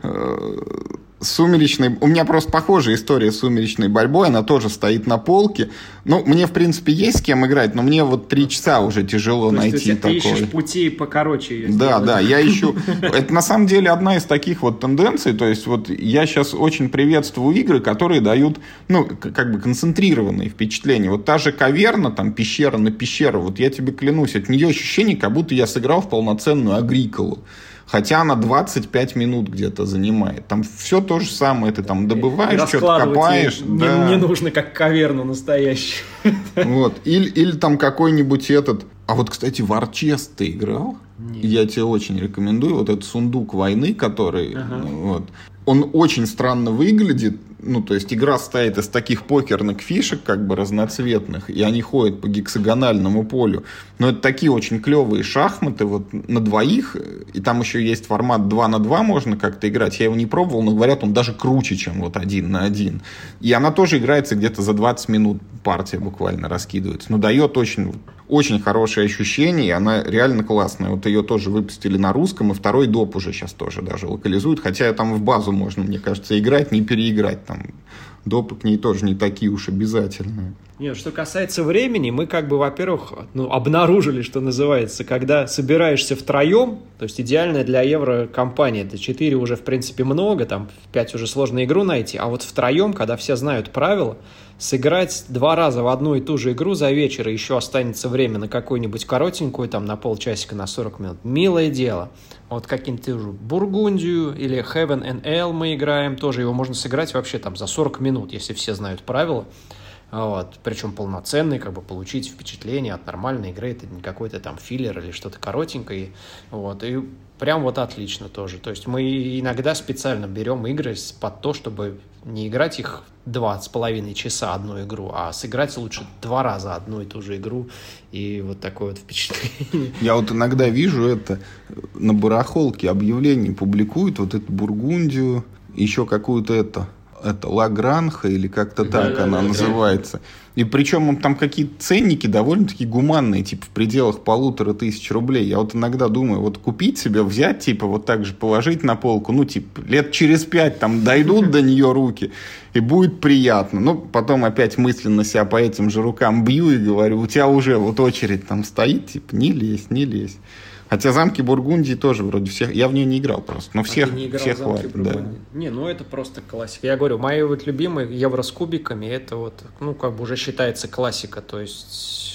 э, сумеречный... У меня просто похожая история с «Сумеречной борьбой», она тоже стоит на полке. Ну, мне, в принципе, есть с кем играть, но мне вот три часа уже тяжело То найти есть, такой. Ты ищешь пути покороче ее Да, сделать. да, я ищу... Это, на самом деле, одна из таких вот тенденций, то есть, вот я сейчас очень приветствую игры, которые дают, ну, как бы концентрированные впечатления. Вот та же «Каверна», там, пещера на пещеру, вот я тебе клянусь, от нее ощущение, как будто я сыграл в полноценную Агриколу. Хотя она двадцать пять минут где-то занимает. Там все то же самое. Ты там добываешь, что-то копаешь. Не, да. не нужно, как каверну настоящую. Вот. Или, или там какой-нибудь этот... А вот, кстати, в Арчес ты играл? Нет. Я тебе очень рекомендую. Вот этот «Сундук войны», который... Ага. Вот, он очень странно выглядит. Ну, то есть, игра состоит из таких покерных фишек, как бы разноцветных, и они ходят по гексагональному полю. Но это такие очень клевые шахматы вот на двоих, и там еще есть формат два на два, можно как-то играть. Я его не пробовал, но говорят, он даже круче, чем вот один на один. И она тоже играется где-то за двадцать минут, партия буквально раскидывается. Но дает очень... Очень хорошее ощущение, и она реально классная. Вот ее тоже выпустили на русском, и второй доп уже сейчас тоже даже локализуют. Хотя там в базу можно, мне кажется, играть, не переиграть. Там допы к ней тоже не такие уж обязательные. Нет, что касается времени, мы как бы, во-первых, ну, обнаружили, что называется, когда собираешься втроем, то есть идеальная для евро компания, это четыре уже в принципе много, там в пять уже сложно игру найти, а вот втроем, когда все знают правила, сыграть два раза в одну и ту же игру за вечер, и еще останется время на какую-нибудь коротенькую, там на полчасика, на сорок минут, милое дело. Вот каким-то уже Бургундию или Heaven and Ale мы играем, тоже его можно сыграть вообще там за сорок минут, если все знают правила. Вот. Причем полноценный, как бы получить впечатление от нормальной игры, это не какой-то там филлер или что-то коротенькое. Вот. И прям вот отлично тоже. То есть мы иногда специально берем игры под то, чтобы не играть их два с половиной часа одну игру, а сыграть лучше два раза одну и ту же игру, и вот такое вот впечатление. Я вот иногда вижу это, на барахолке объявления публикуют, вот эту Бургундию, еще какую-то это... Это Лагранха или как-то да, так да, она да, называется. Да. И причем там какие-то ценники довольно-таки гуманные, типа в пределах полутора тысяч рублей. Я вот иногда думаю, вот купить себе, взять, типа вот так же положить на полку, ну типа лет через пять там дойдут до нее руки, и будет приятно. Ну, потом опять мысленно себя по этим же рукам бью и говорю, у тебя уже вот очередь там стоит, типа не лезь, не лезь. Хотя «Замки Бургундии» тоже вроде всех... Я в нее не играл просто, но всех, а играл всех хватит. Да. Не, ну это просто классика. Я говорю, мои вот любимые евро с кубиками, это вот, ну, как бы уже считается классика. То есть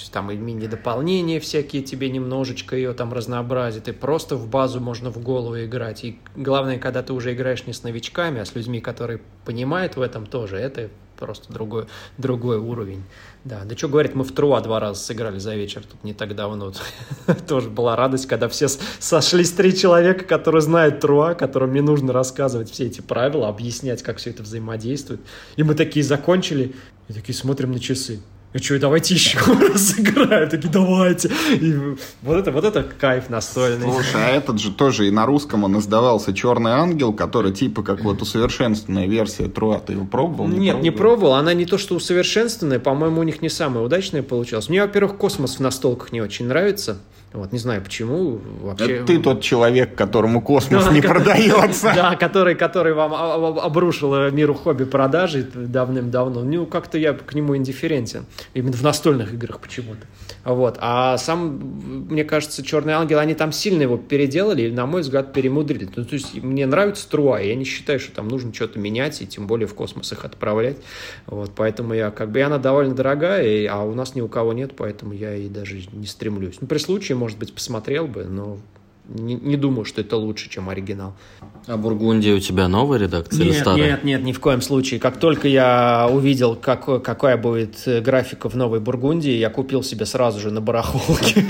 есть там и мини-дополнения всякие тебе немножечко ее там разнообразят, и просто в базу можно в голову играть. И главное, когда ты уже играешь не с новичками, а с людьми, которые понимают в этом тоже, это просто другой, другой уровень. Да, да что говорить, мы в Труа два раза сыграли за вечер, тут не так давно. Тоже была радость, когда все сошлись три человека, которые знают Труа, которым не нужно рассказывать все эти правила, объяснять, как все это взаимодействует. И мы такие закончили, и такие смотрим на часы. И что, давайте еще раз сыграем. Такие, давайте. И вот это, вот это кайф настольный. Слушай, а этот же тоже и на русском он издавался «Черный ангел», который типа как вот усовершенствованная версия Труа. Ты его пробовал? Не Нет, пробовал? не пробовал. Она не то, что усовершенствованная, по-моему, у них не самая удачная получилась. Мне, во-первых, космос в настолках не очень нравится. Вот, не знаю почему. Вообще... Это ты тот человек, которому космос да, не который, продается. Да, который, который вам обрушил миру хобби продажи давным-давно. Ну, как-то я к нему индифферентен. Именно в настольных играх почему-то. Вот. А сам, мне кажется, «Черный ангел», они там сильно его переделали и, на мой взгляд, перемудрили. Ну, то есть, мне нравится Труа, я не считаю, что там нужно что-то менять, и тем более в космос их отправлять. Вот. Поэтому я, как бы, и она довольно дорогая, и, а у нас ни у кого нет, поэтому я и даже не стремлюсь. Ну, при случае, может быть, посмотрел бы, но не, не думаю, что это лучше, чем оригинал. А «Бургундия» у тебя новая редакция нет, или старая? Нет, нет, ни в коем случае. Как только я увидел, как, какая будет графика в новой «Бургундии», я купил себе сразу же на барахолке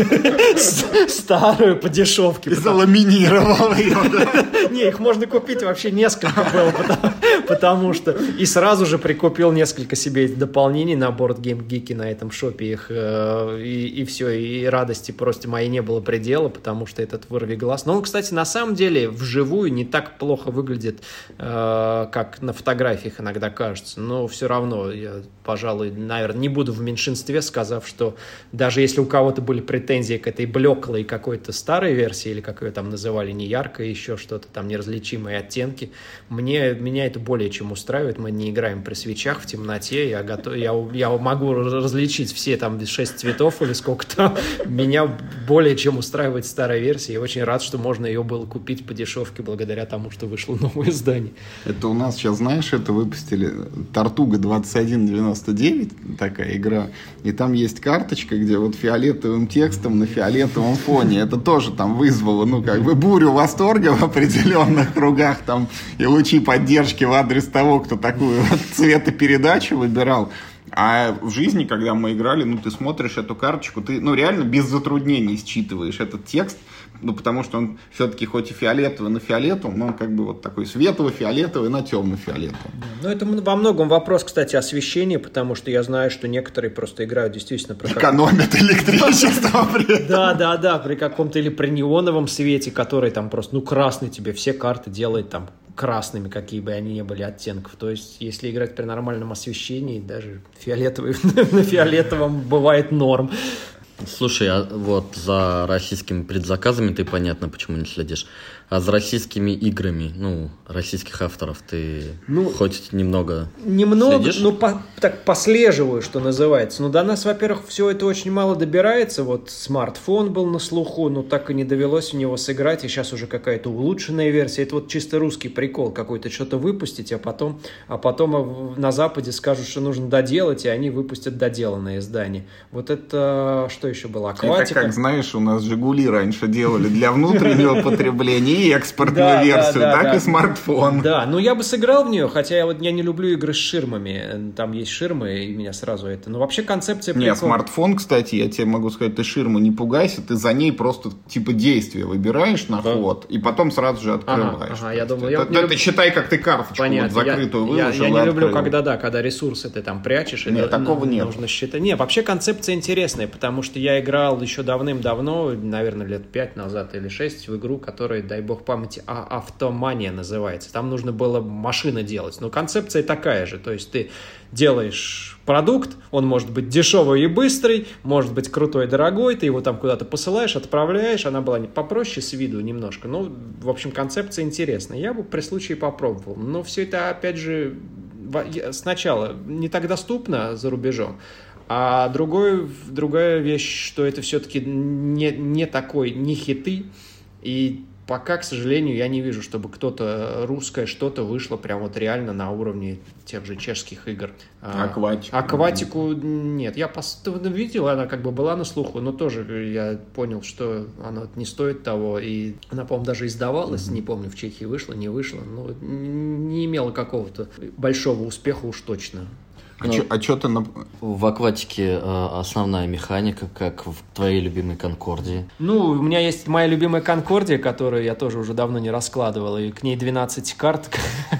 старую по дешевке. И заламинировал ее, да? Не, их можно купить вообще несколько было, потому что... И сразу же прикупил несколько себе дополнений на Board Game Geek на этом шопе их, и все, и радости просто моей не было предела, потому что этот вырви глаз. Но он, кстати, на самом деле вживую не так плохо выглядит, э, как на фотографиях иногда кажется. Но все равно я, пожалуй, наверное, не буду в меньшинстве, сказав, что даже если у кого-то были претензии к этой блеклой какой-то старой версии, или как ее там называли, не яркой, еще что-то там, неразличимые оттенки, мне, меня это более чем устраивает. Мы не играем при свечах в темноте, я, готов, я, я могу различить все там шесть цветов или сколько там. Меня более чем устраивает старая версия. Я очень рад, что можно ее было купить по дешевке благодаря тому, что вышло новое издание. Это у нас сейчас, знаешь, это выпустили «Тартуга двадцать один девяносто девять», такая игра, и там есть карточка, где вот фиолетовым текстом на фиолетовом фоне. Это тоже там вызвало, ну, как бы бурю восторга в определенных кругах там и лучи поддержки в адрес того, кто такую вот цветопередачу выбирал. А в жизни, когда мы играли, ну, ты смотришь эту карточку, ты, ну, реально без затруднений считываешь этот текст, ну, потому что он все-таки хоть и фиолетовый на фиолетовом, но он как бы вот такой светло-фиолетовый на темно-фиолетовом. Ну, это во многом вопрос, кстати, освещения, потому что я знаю, что некоторые просто играют действительно... Про экономят электричество. Да, да, да, при каком-то или при неоновом свете, который там просто, ну, красный тебе все карты делает там красными, какие бы они ни были оттенков. То есть, если играть при нормальном освещении, даже фиолетовый на фиолетовом бывает норм. Слушай, а вот за российскими предзаказами ты, понятно, почему не следишь. А за российскими играми, ну, российских авторов ты ну, хоть немного Немного, следишь? ну, по, так послеживаю, что называется. Ну, до нас, во-первых, все это очень мало добирается. Вот смартфон был на слуху, но так и не довелось у него сыграть. И сейчас уже какая-то улучшенная версия. Это вот чисто русский прикол какой-то, что-то выпустить, а потом, а потом на Западе скажут, что нужно доделать, и они выпустят доделанное издание. Вот это что еще было? Акватика. Это как, знаешь, у нас «Жигули» раньше делали для внутреннего потребления, и экспортную да, версию, да, да, так да. и смартфон. Да, ну я бы сыграл в нее, хотя я, вот, я не люблю игры с ширмами. Там есть ширмы, и меня сразу это... Но вообще концепция... Не, смартфон, кстати, я тебе могу сказать, ты ширму не пугайся, ты за ней просто типа действия выбираешь на да. ход, и потом сразу же открываешь. Ага, ага, я думаю, это, я, это, это люб... считай, как ты карточку Понятно, вот закрытую я, выложил. Я, я не люблю, открыл. когда, да, когда ресурсы ты там прячешь. Нет, это, такого ну, нет. Нужно считать. Не, вообще концепция интересная, потому что я играл еще давным-давно, наверное, лет пять назад или шесть, в игру, которая, дай бог памяти, а Автомания называется. Там нужно было машины делать. Но концепция такая же. То есть ты делаешь продукт, он может быть дешевый и быстрый, может быть крутой и дорогой, ты его там куда-то посылаешь, отправляешь. Она была попроще с виду немножко. Ну, в общем, концепция интересная. Я бы при случае попробовал. Но все это, опять же, сначала не так доступно за рубежом. А другой, другая вещь, что это все-таки не, не такой, не хиты. И пока, к сожалению, я не вижу, чтобы кто-то русское что-то вышло прям вот реально на уровне тех же чешских игр. Акватику. Акватику нет. Я пос... видел, она как бы была на слуху, но тоже я понял, что она не стоит того. И она, по-моему, даже издавалась, mm-hmm. не помню, в Чехии вышла, не вышла, но не имела какого-то большого успеха уж точно. А ну, что ты... На... В акватике э, основная механика, как в твоей любимой Конкордии? Ну, у меня есть моя любимая Конкордия, которую я тоже уже давно не раскладывал, и к ней двенадцать карт,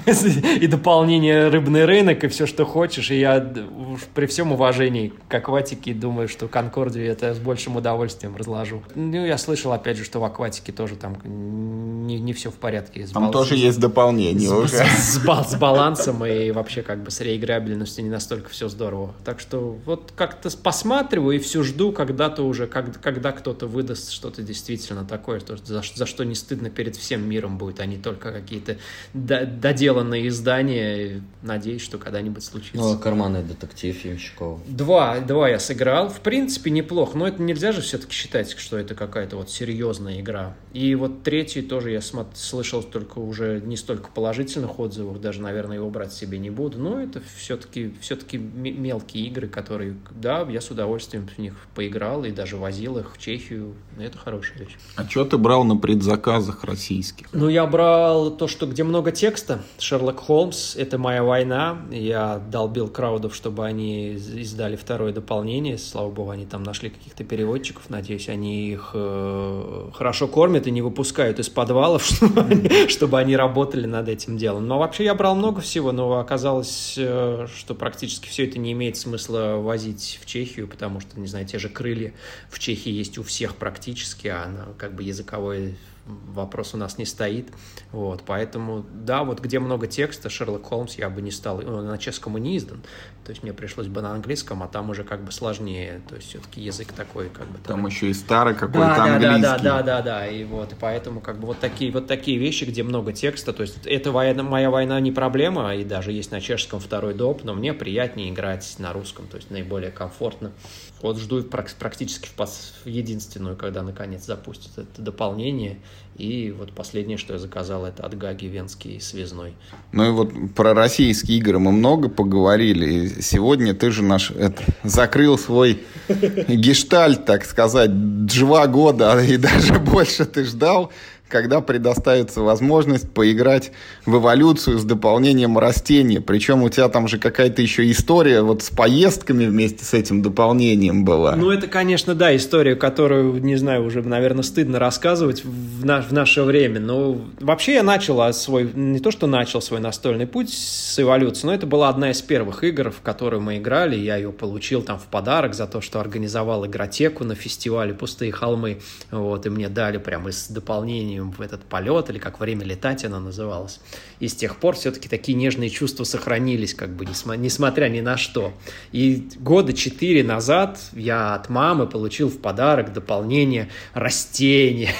и дополнение рыбный рынок, и все, что хочешь, и я при всем уважении к акватике думаю, что Конкордию это с большим удовольствием разложу. Ну, я слышал, опять же, что в акватике тоже там не, не все в порядке. Там бал... тоже есть дополнение с, уже. С, с, с балансом и вообще как бы с реиграбельностью не настолько только все здорово. Так что вот как-то посматриваю и все жду, когда-то уже, когда, когда кто-то выдаст что-то действительно такое, что, за, за что не стыдно перед всем миром будет, а не только какие-то до, доделанные издания. Надеюсь, что когда-нибудь случится. Ну, а «Карманный детектив» Ямщикова? Два, два я сыграл. В принципе, неплохо, но это нельзя же все-таки считать, что это какая-то вот серьезная игра. И вот третий тоже я смо- слышал только уже не столько положительных отзывов, даже, наверное, его брать себе не буду, но это все-таки, все-таки мелкие игры, которые, да, я с удовольствием в них поиграл и даже возил их в Чехию. Это хорошая вещь. А что ты брал на предзаказах российских? Ну, я брал то, что где много текста. Шерлок Холмс, это моя война. Я долбил краудов, чтобы они издали второе дополнение. Слава богу, они там нашли каких-то переводчиков. Надеюсь, они их э, хорошо кормят и не выпускают из подвалов, чтобы они, чтобы они работали над этим делом. Но вообще я брал много всего, но оказалось, э, что практически все это не имеет смысла возить в Чехию, потому что, не знаю, те же крылья в Чехии есть у всех практически, а она, как бы языковой вопрос у нас не стоит. Вот, поэтому, да, вот где много текста, Шерлок Холмс я бы не стал, на чешском и не издан, то есть мне пришлось бы на английском, а там уже как бы сложнее, то есть все-таки язык такой, как бы... Там, там... еще и старый какой-то да, английский. Да, да, да, да, да, и вот, и поэтому как бы вот такие, вот такие вещи, где много текста, то есть это война, моя война не проблема, и даже есть на чешском второй доп, но мне приятнее играть на русском, то есть наиболее комфортно. Вот жду практически в единственную, когда наконец запустят это дополнение. И вот последнее, что я заказал, это от Гаги венский связной. Ну и вот про российские игры мы много поговорили. И сегодня ты же наш это, закрыл свой гештальт, так сказать, два года и даже больше ты ждал, когда предоставится возможность поиграть в эволюцию с дополнением растения. Причем у тебя там же какая-то еще история вот с поездками вместе с этим дополнением была. Ну, это, конечно, да, история, которую, не знаю, уже, наверное, стыдно рассказывать в, на, в наше время. Но вообще я начал свой, не то что начал свой настольный путь с эволюцией, но это была одна из первых игр, в которую мы играли. Я ее получил там в подарок за то, что организовал игротеку на фестивале «Пустые холмы». Вот, и мне дали прямо из дополнения в этот полет, или как «Время летать» она называлась. И с тех пор все-таки такие нежные чувства сохранились, как бы, несмотря ни на что. И года четыре назад я от мамы получил в подарок дополнение «Растение»,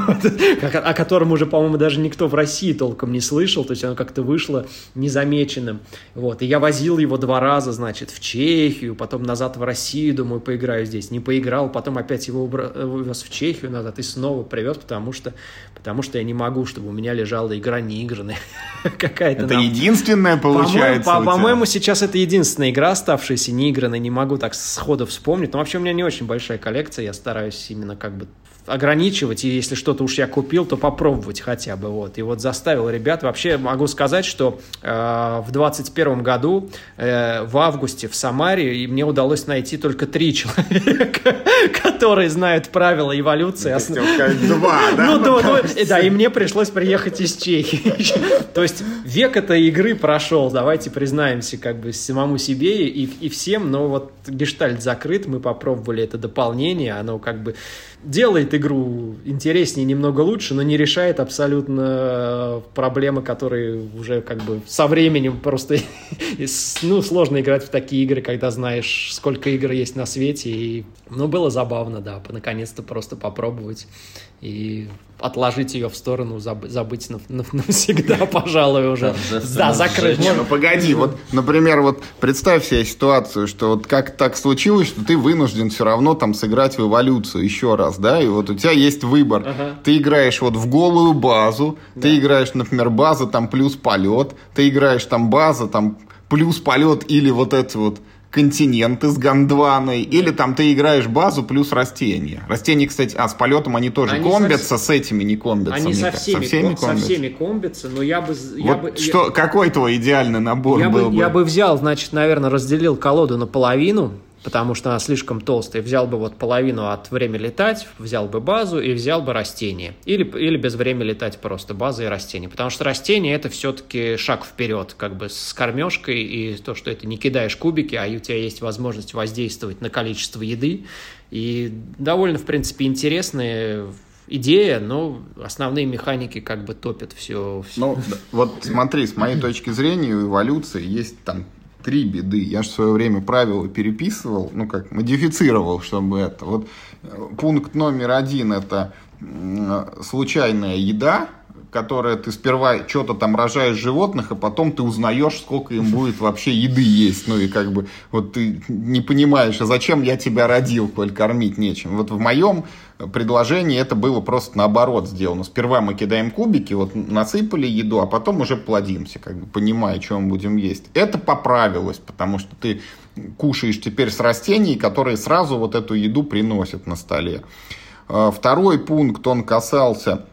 о котором уже, по-моему, даже никто в России толком не слышал, то есть оно как-то вышло незамеченным. Вот. И я возил его два раза, значит, в Чехию, потом назад в Россию, думаю, поиграю здесь. Не поиграл, потом опять его увез в Чехию назад и снова привез, потому что Потому что я не могу, чтобы у меня лежала игра неигранная какая-то. Это нам... единственная, получается, По-моему, по- по-моему, сейчас это единственная игра, оставшаяся неигранной. Не могу так сходу вспомнить. Но вообще у меня не очень большая коллекция. Я стараюсь именно как бы ограничивать, и если что-то уж я купил, то попробовать хотя бы. Вот. И вот заставил ребят. Вообще могу сказать, что э, в двадцать первом году, э, в августе в Самаре, и мне удалось найти только три человека, которые знают правила эволюции. Ты хотел сказать два, да? Ну, да, да, и мне пришлось приехать из Чехии. То есть век этой игры прошел, давайте признаемся как бы самому себе и, и всем, но вот гештальт закрыт, мы попробовали это дополнение, оно как бы делает игру интереснее, немного лучше, но не решает абсолютно проблемы, которые уже как бы со временем просто ну, сложно играть в такие игры, когда знаешь, сколько игр есть на свете. И, ну, было забавно, да, наконец-то просто попробовать и отложить ее в сторону, заб- забыть нав- нав- навсегда, пожалуй, уже. Да, закрыть. Не, ну погоди, вот, например, вот представь себе ситуацию, что вот как так случилось, что ты вынужден все равно там сыграть в эволюцию еще раз, да, и вот Вот у тебя есть выбор. Ага. Ты играешь вот в голую базу, да. Ты играешь, например, база там плюс полет, ты играешь там база там плюс полет или вот это вот континенты с Гондваной, да. Или там ты играешь базу плюс растения. Растения, кстати, а с полетом они тоже они комбятся, со... с этими не комбятся. Они со всеми, со всеми, ком... со всеми комбятся, но я бы... Я вот бы что, я... Какой твой идеальный набор я был бы? бы? Я бы взял, значит, наверное, разделил колоду наполовину, потому что она слишком толстая. Взял бы вот половину от время летать, взял бы базу и взял бы растения. Или, или без время летать просто база и растения. Потому что растения это все-таки шаг вперед, как бы с кормежкой и то, что это не кидаешь кубики, а у тебя есть возможность воздействовать на количество еды. И довольно, в принципе, интересная идея, но основные механики как бы топят все. все. Ну, вот смотри, с моей точки зрения, у эволюции есть там три беды. Я же в свое время правила переписывал, ну как, модифицировал, чтобы это. Вот пункт номер один – это случайная еда, которая ты сперва что-то там рожаешь животных, а потом ты узнаешь, сколько им будет вообще еды есть. Ну и как бы вот ты не понимаешь, а зачем я тебя родил, коль кормить нечем. Вот в моем предложении это было просто наоборот сделано. Сперва мы кидаем кубики, вот насыпали еду, а потом уже плодимся, как бы понимая, что мы будем есть. Это поправилось, потому что ты кушаешь теперь с растений, которые сразу вот эту еду приносят на столе. Второй пункт, он касался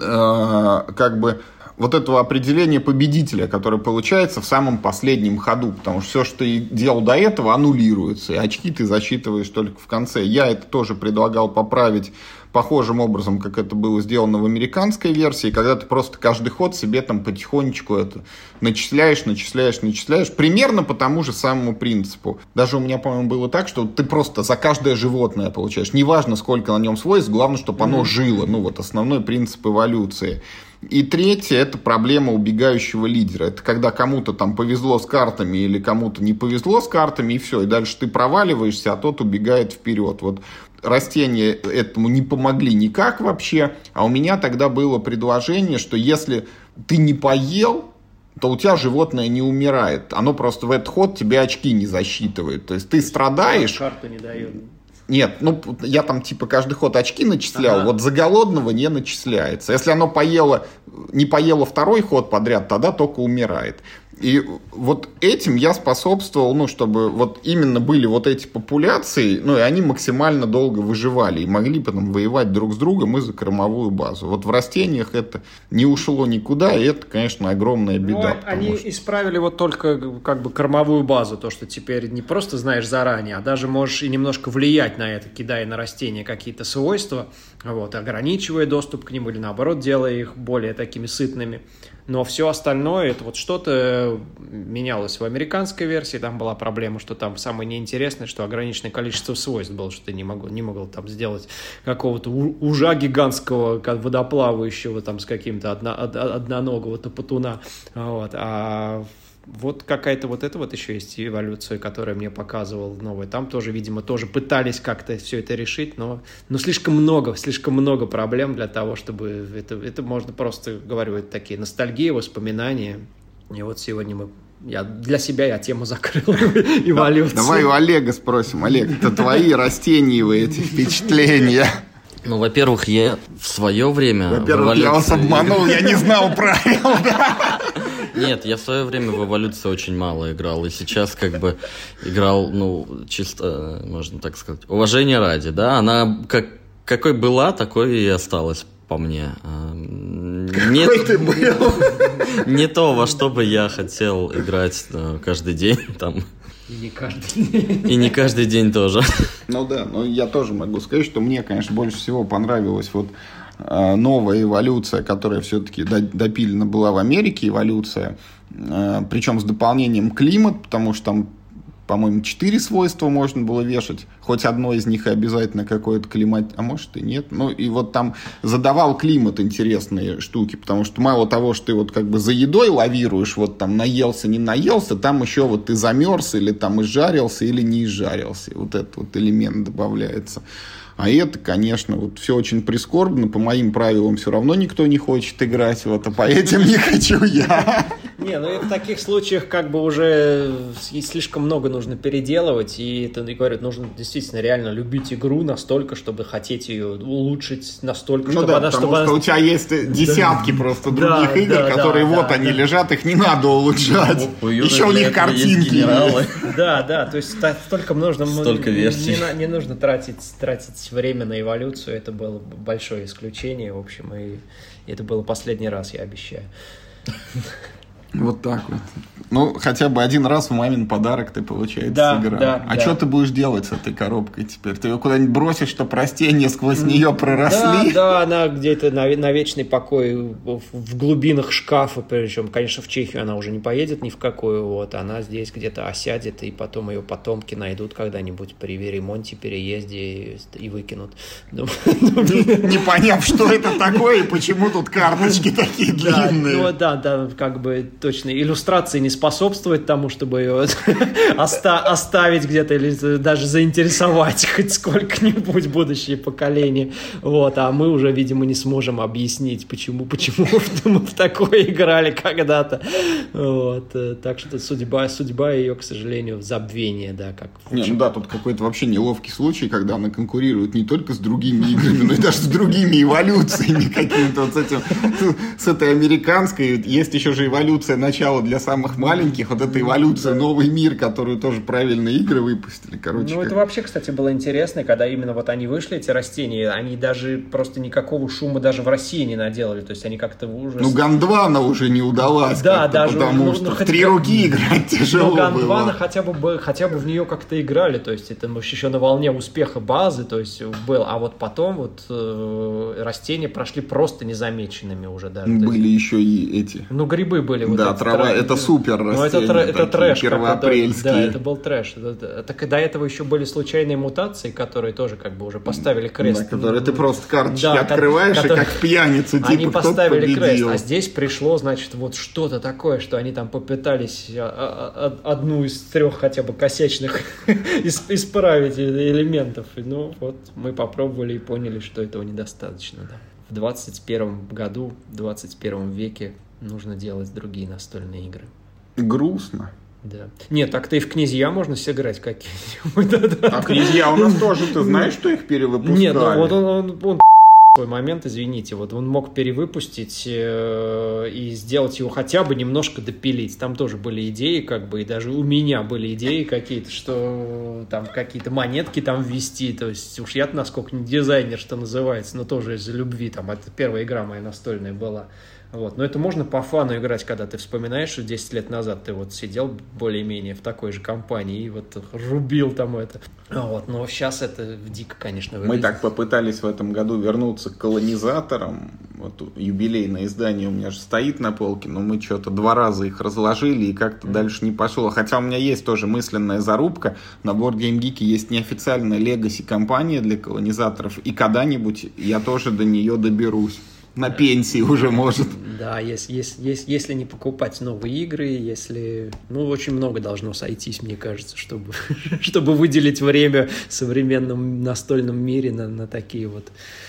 как бы вот этого определения победителя, которое получается в самом последнем ходу, потому что все, что ты делал до этого, аннулируется, и очки ты засчитываешь только в конце. Я это тоже предлагал поправить похожим образом, как это было сделано в американской версии, когда ты просто каждый ход себе там потихонечку это начисляешь, начисляешь, начисляешь, примерно по тому же самому принципу. Даже у меня, по-моему, было так, что ты просто за каждое животное получаешь. Неважно, сколько на нем свойств, главное, чтобы оно жило. Ну вот основной принцип эволюции. И третье – это проблема убегающего лидера. Это когда кому-то там повезло с картами или кому-то не повезло с картами, и все. И дальше ты проваливаешься, а тот убегает вперед. Вот растения этому не помогли никак вообще. А у меня тогда было предложение, что если ты не поел, то у тебя животное не умирает. Оно просто в этот ход тебе очки не засчитывает. То есть ты страдаешь. Карту не дает. Нет, ну, я там, типа, каждый ход очки начислял, ага. Вот за голодного не начисляется. Если оно поело, не поело второй ход подряд, тогда только умирает. И вот этим я способствовал, ну, чтобы вот именно были вот эти популяции, ну, и они максимально долго выживали и могли потом воевать друг с другом и за кормовую базу. Вот в растениях это не ушло никуда, и это, конечно, огромная беда. Ну, они что... исправили вот только как бы кормовую базу, то, что теперь не просто знаешь заранее, а даже можешь и немножко влиять на это, кидая на растения какие-то свойства, вот, ограничивая доступ к ним или, наоборот, делая их более такими сытными. Но все остальное, это вот что-то менялось в американской версии, там была проблема, что там самое неинтересное, что ограниченное количество свойств было, что ты не могу, не могл там сделать какого-то ужа гигантского, как водоплавающего там с каким-то одно, одноногого топотуна, вот, а вот какая-то вот это вот еще есть эволюция, которая мне показывал новая. Там тоже, видимо, тоже пытались как-то все это решить, но, но слишком много, слишком много проблем для того, чтобы это, это можно просто, говорю, это такие ностальгии, воспоминания. И вот сегодня мы я для себя я тему закрыл эволюцию. Давай у Олега спросим. Олег, это твои растениевые эти впечатления? Ну, во-первых, я в свое время... Во-первых, я вас обманул, я не знал правил. Нет, я в свое время в эволюцию очень мало играл. И сейчас как бы играл, ну, чисто, можно так сказать, уважение ради, да. Она как, какой была, такой и осталась по мне. Не, какой ты был? Не то, во что бы я хотел играть каждый день, там... И не каждый день. И не каждый день тоже. Ну да, но я тоже могу сказать, что мне, конечно, больше всего понравилась вот э, новая эволюция, которая все-таки допилена была в Америке, эволюция, э, причем с дополнением климат, потому что там, по-моему, четыре свойства можно было вешать, хоть одно из них и обязательно какое-то климат, а может и нет. Ну и вот там задавал климат интересные штуки, потому что мало того, что ты вот как бы за едой лавируешь, вот там наелся, не наелся, там еще вот ты замерз или там изжарился или не изжарился. Вот этот вот элемент добавляется. А это, конечно, вот все очень прискорбно. По моим правилам все равно никто не хочет играть. Вот, а по этим не хочу я. Не, ну и в таких случаях как бы уже слишком много нужно переделывать, и это, и говорят, нужно действительно реально любить игру настолько, чтобы хотеть ее улучшить настолько, ну чтобы да, она... потому чтобы что она... у тебя есть десятки да. просто других да, игр, да, которые да, вот да, они да. лежат, их не надо улучшать. У Еще у них картинки. Да, да, то есть столько нужно... Столько версий. Не, не нужно тратить, тратить время на эволюцию, это было большое исключение, в общем, и это было последний раз, я обещаю. Вот так вот. Ну, хотя бы один раз в мамин подарок ты, получается, да, сыграл. Да, а да. что ты будешь делать с этой коробкой теперь? Ты ее куда-нибудь бросишь, чтобы растения сквозь нее проросли? Да, да, она где-то на, на вечный покой в, в глубинах шкафа, причем, конечно, в Чехию она уже не поедет ни в какую, вот, она здесь где-то осядет, и потом ее потомки найдут когда-нибудь при ремонте, переезде и, и выкинут. Не поняв, что это такое и почему тут карточки такие длинные. Ну да, да, как бы точно. Иллюстрации не способствуют тому, чтобы ее оста- оставить где-то или даже заинтересовать хоть сколько-нибудь будущее поколение. Вот. А мы уже, видимо, не сможем объяснить, почему, почему мы в такое играли когда-то. Вот. Так что судьба, судьба ее, к сожалению, в забвении. Да, как не, ну да, тут какой-то вообще неловкий случай, когда она конкурирует не только с другими играми, но и даже с другими эволюциями какими-то. Вот с этим, с этой американской. Есть еще же эволюция начала для самых маленьких, вот эта эволюция, новый мир, которую тоже правильные игры выпустили, короче. Ну, как... это вообще, кстати, было интересно, когда именно вот они вышли, эти растения, они даже просто никакого шума даже в России не наделали, то есть они как-то уже... Ну, Гондвана уже не удалась, да, даже, потому ну, что ну, в три руки играть тяжело было. Но Гондвана было. хотя бы, хотя бы в нее как-то играли, то есть это еще на волне успеха базы, то есть был, а вот потом вот э, растения прошли просто незамеченными уже даже. Были еще и эти... Ну, грибы были. Вот да, эти, трава, трав... это супер растения. Ну, это, это трэш. Первоапрельские. Да, это был трэш. Так и до этого еще были случайные мутации, которые тоже как бы уже поставили крест. Да, которые ты просто карточки да, открываешь, которые... и как пьяницу, типа, они поставили победил. Крест, а здесь пришло, значит, вот что-то такое, что они там попытались одну из трех хотя бы косячных исправить элементов. Ну, вот мы попробовали и поняли, что этого недостаточно, да. В двадцать первом году, в двадцать первом веке нужно делать другие настольные игры. Грустно. Да. Нет, так-то и в «Князья» можно сыграть какие-нибудь. А «Князья» у нас тоже, ты знаешь, что их перевыпускали? Нет, ну вот он, он, он свой момент, извините, вот он мог перевыпустить э, и сделать его хотя бы немножко допилить. Там тоже были идеи, как бы, и даже у меня были идеи какие-то, что там какие-то монетки там ввести. То есть уж я-то насколько не дизайнер, что называется, но тоже из-за любви. Там это первая игра моя настольная была. Вот. Но это можно по фану играть, когда ты вспоминаешь, что десять лет назад ты вот сидел более-менее в такой же компании и вот рубил там это. Вот. Но сейчас это дико, конечно, выглядит. Мы так попытались в этом году вернуться к колонизаторам. Вот юбилейное издание у меня же стоит на полке, но мы что-то два раза их разложили и как-то mm-hmm. дальше не пошло. Хотя у меня есть тоже мысленная зарубка. На Board Game Geek есть неофициальная легаси-компания для колонизаторов, и когда-нибудь я тоже до нее доберусь. На пенсии уже может. Да, если, если, если, если не покупать новые игры, если... Ну, очень много должно сойтись, мне кажется, чтобы, чтобы выделить время в современном настольном мире на, на такие вот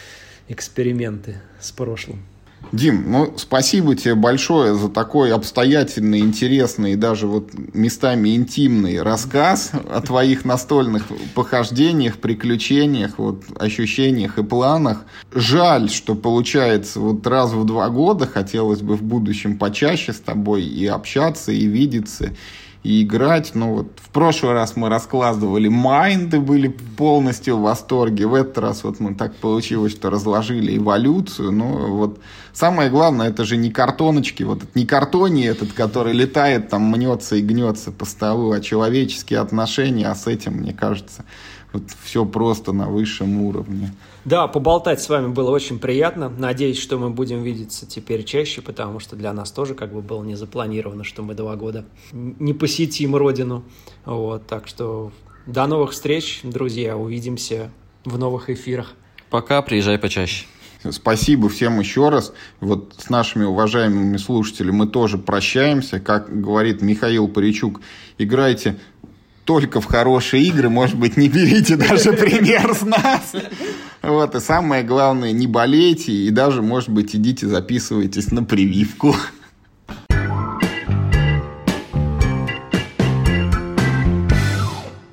эксперименты с прошлым. Дим, ну, спасибо тебе большое за такой обстоятельный, интересный и даже вот местами интимный рассказ о твоих настольных похождениях, приключениях, вот, ощущениях и планах. Жаль, что получается вот раз в два года, хотелось бы в будущем почаще с тобой и общаться, и видеться, и играть. Но вот в прошлый раз мы раскладывали майнды, были полностью в восторге. В этот раз вот мы так получилось, что разложили эволюцию. Но вот самое главное, это же не картоночки, вот это не картоний этот, который летает, там мнется и гнется по столу, а человеческие отношения, а с этим, мне кажется, вот все просто на высшем уровне. Да, поболтать с вами было очень приятно. Надеюсь, что мы будем видеться теперь чаще, потому что для нас тоже как бы было не запланировано, что мы два года не посетим родину. Вот, так что до новых встреч, друзья. Увидимся в новых эфирах. Пока, приезжай почаще. Спасибо всем еще раз. Вот с нашими уважаемыми слушателями мы тоже прощаемся. Как говорит Михаил Паричук, играйте только в хорошие игры, может быть, не берите даже пример с нас. Вот, и самое главное, не болейте, и даже, может быть, идите записывайтесь на прививку.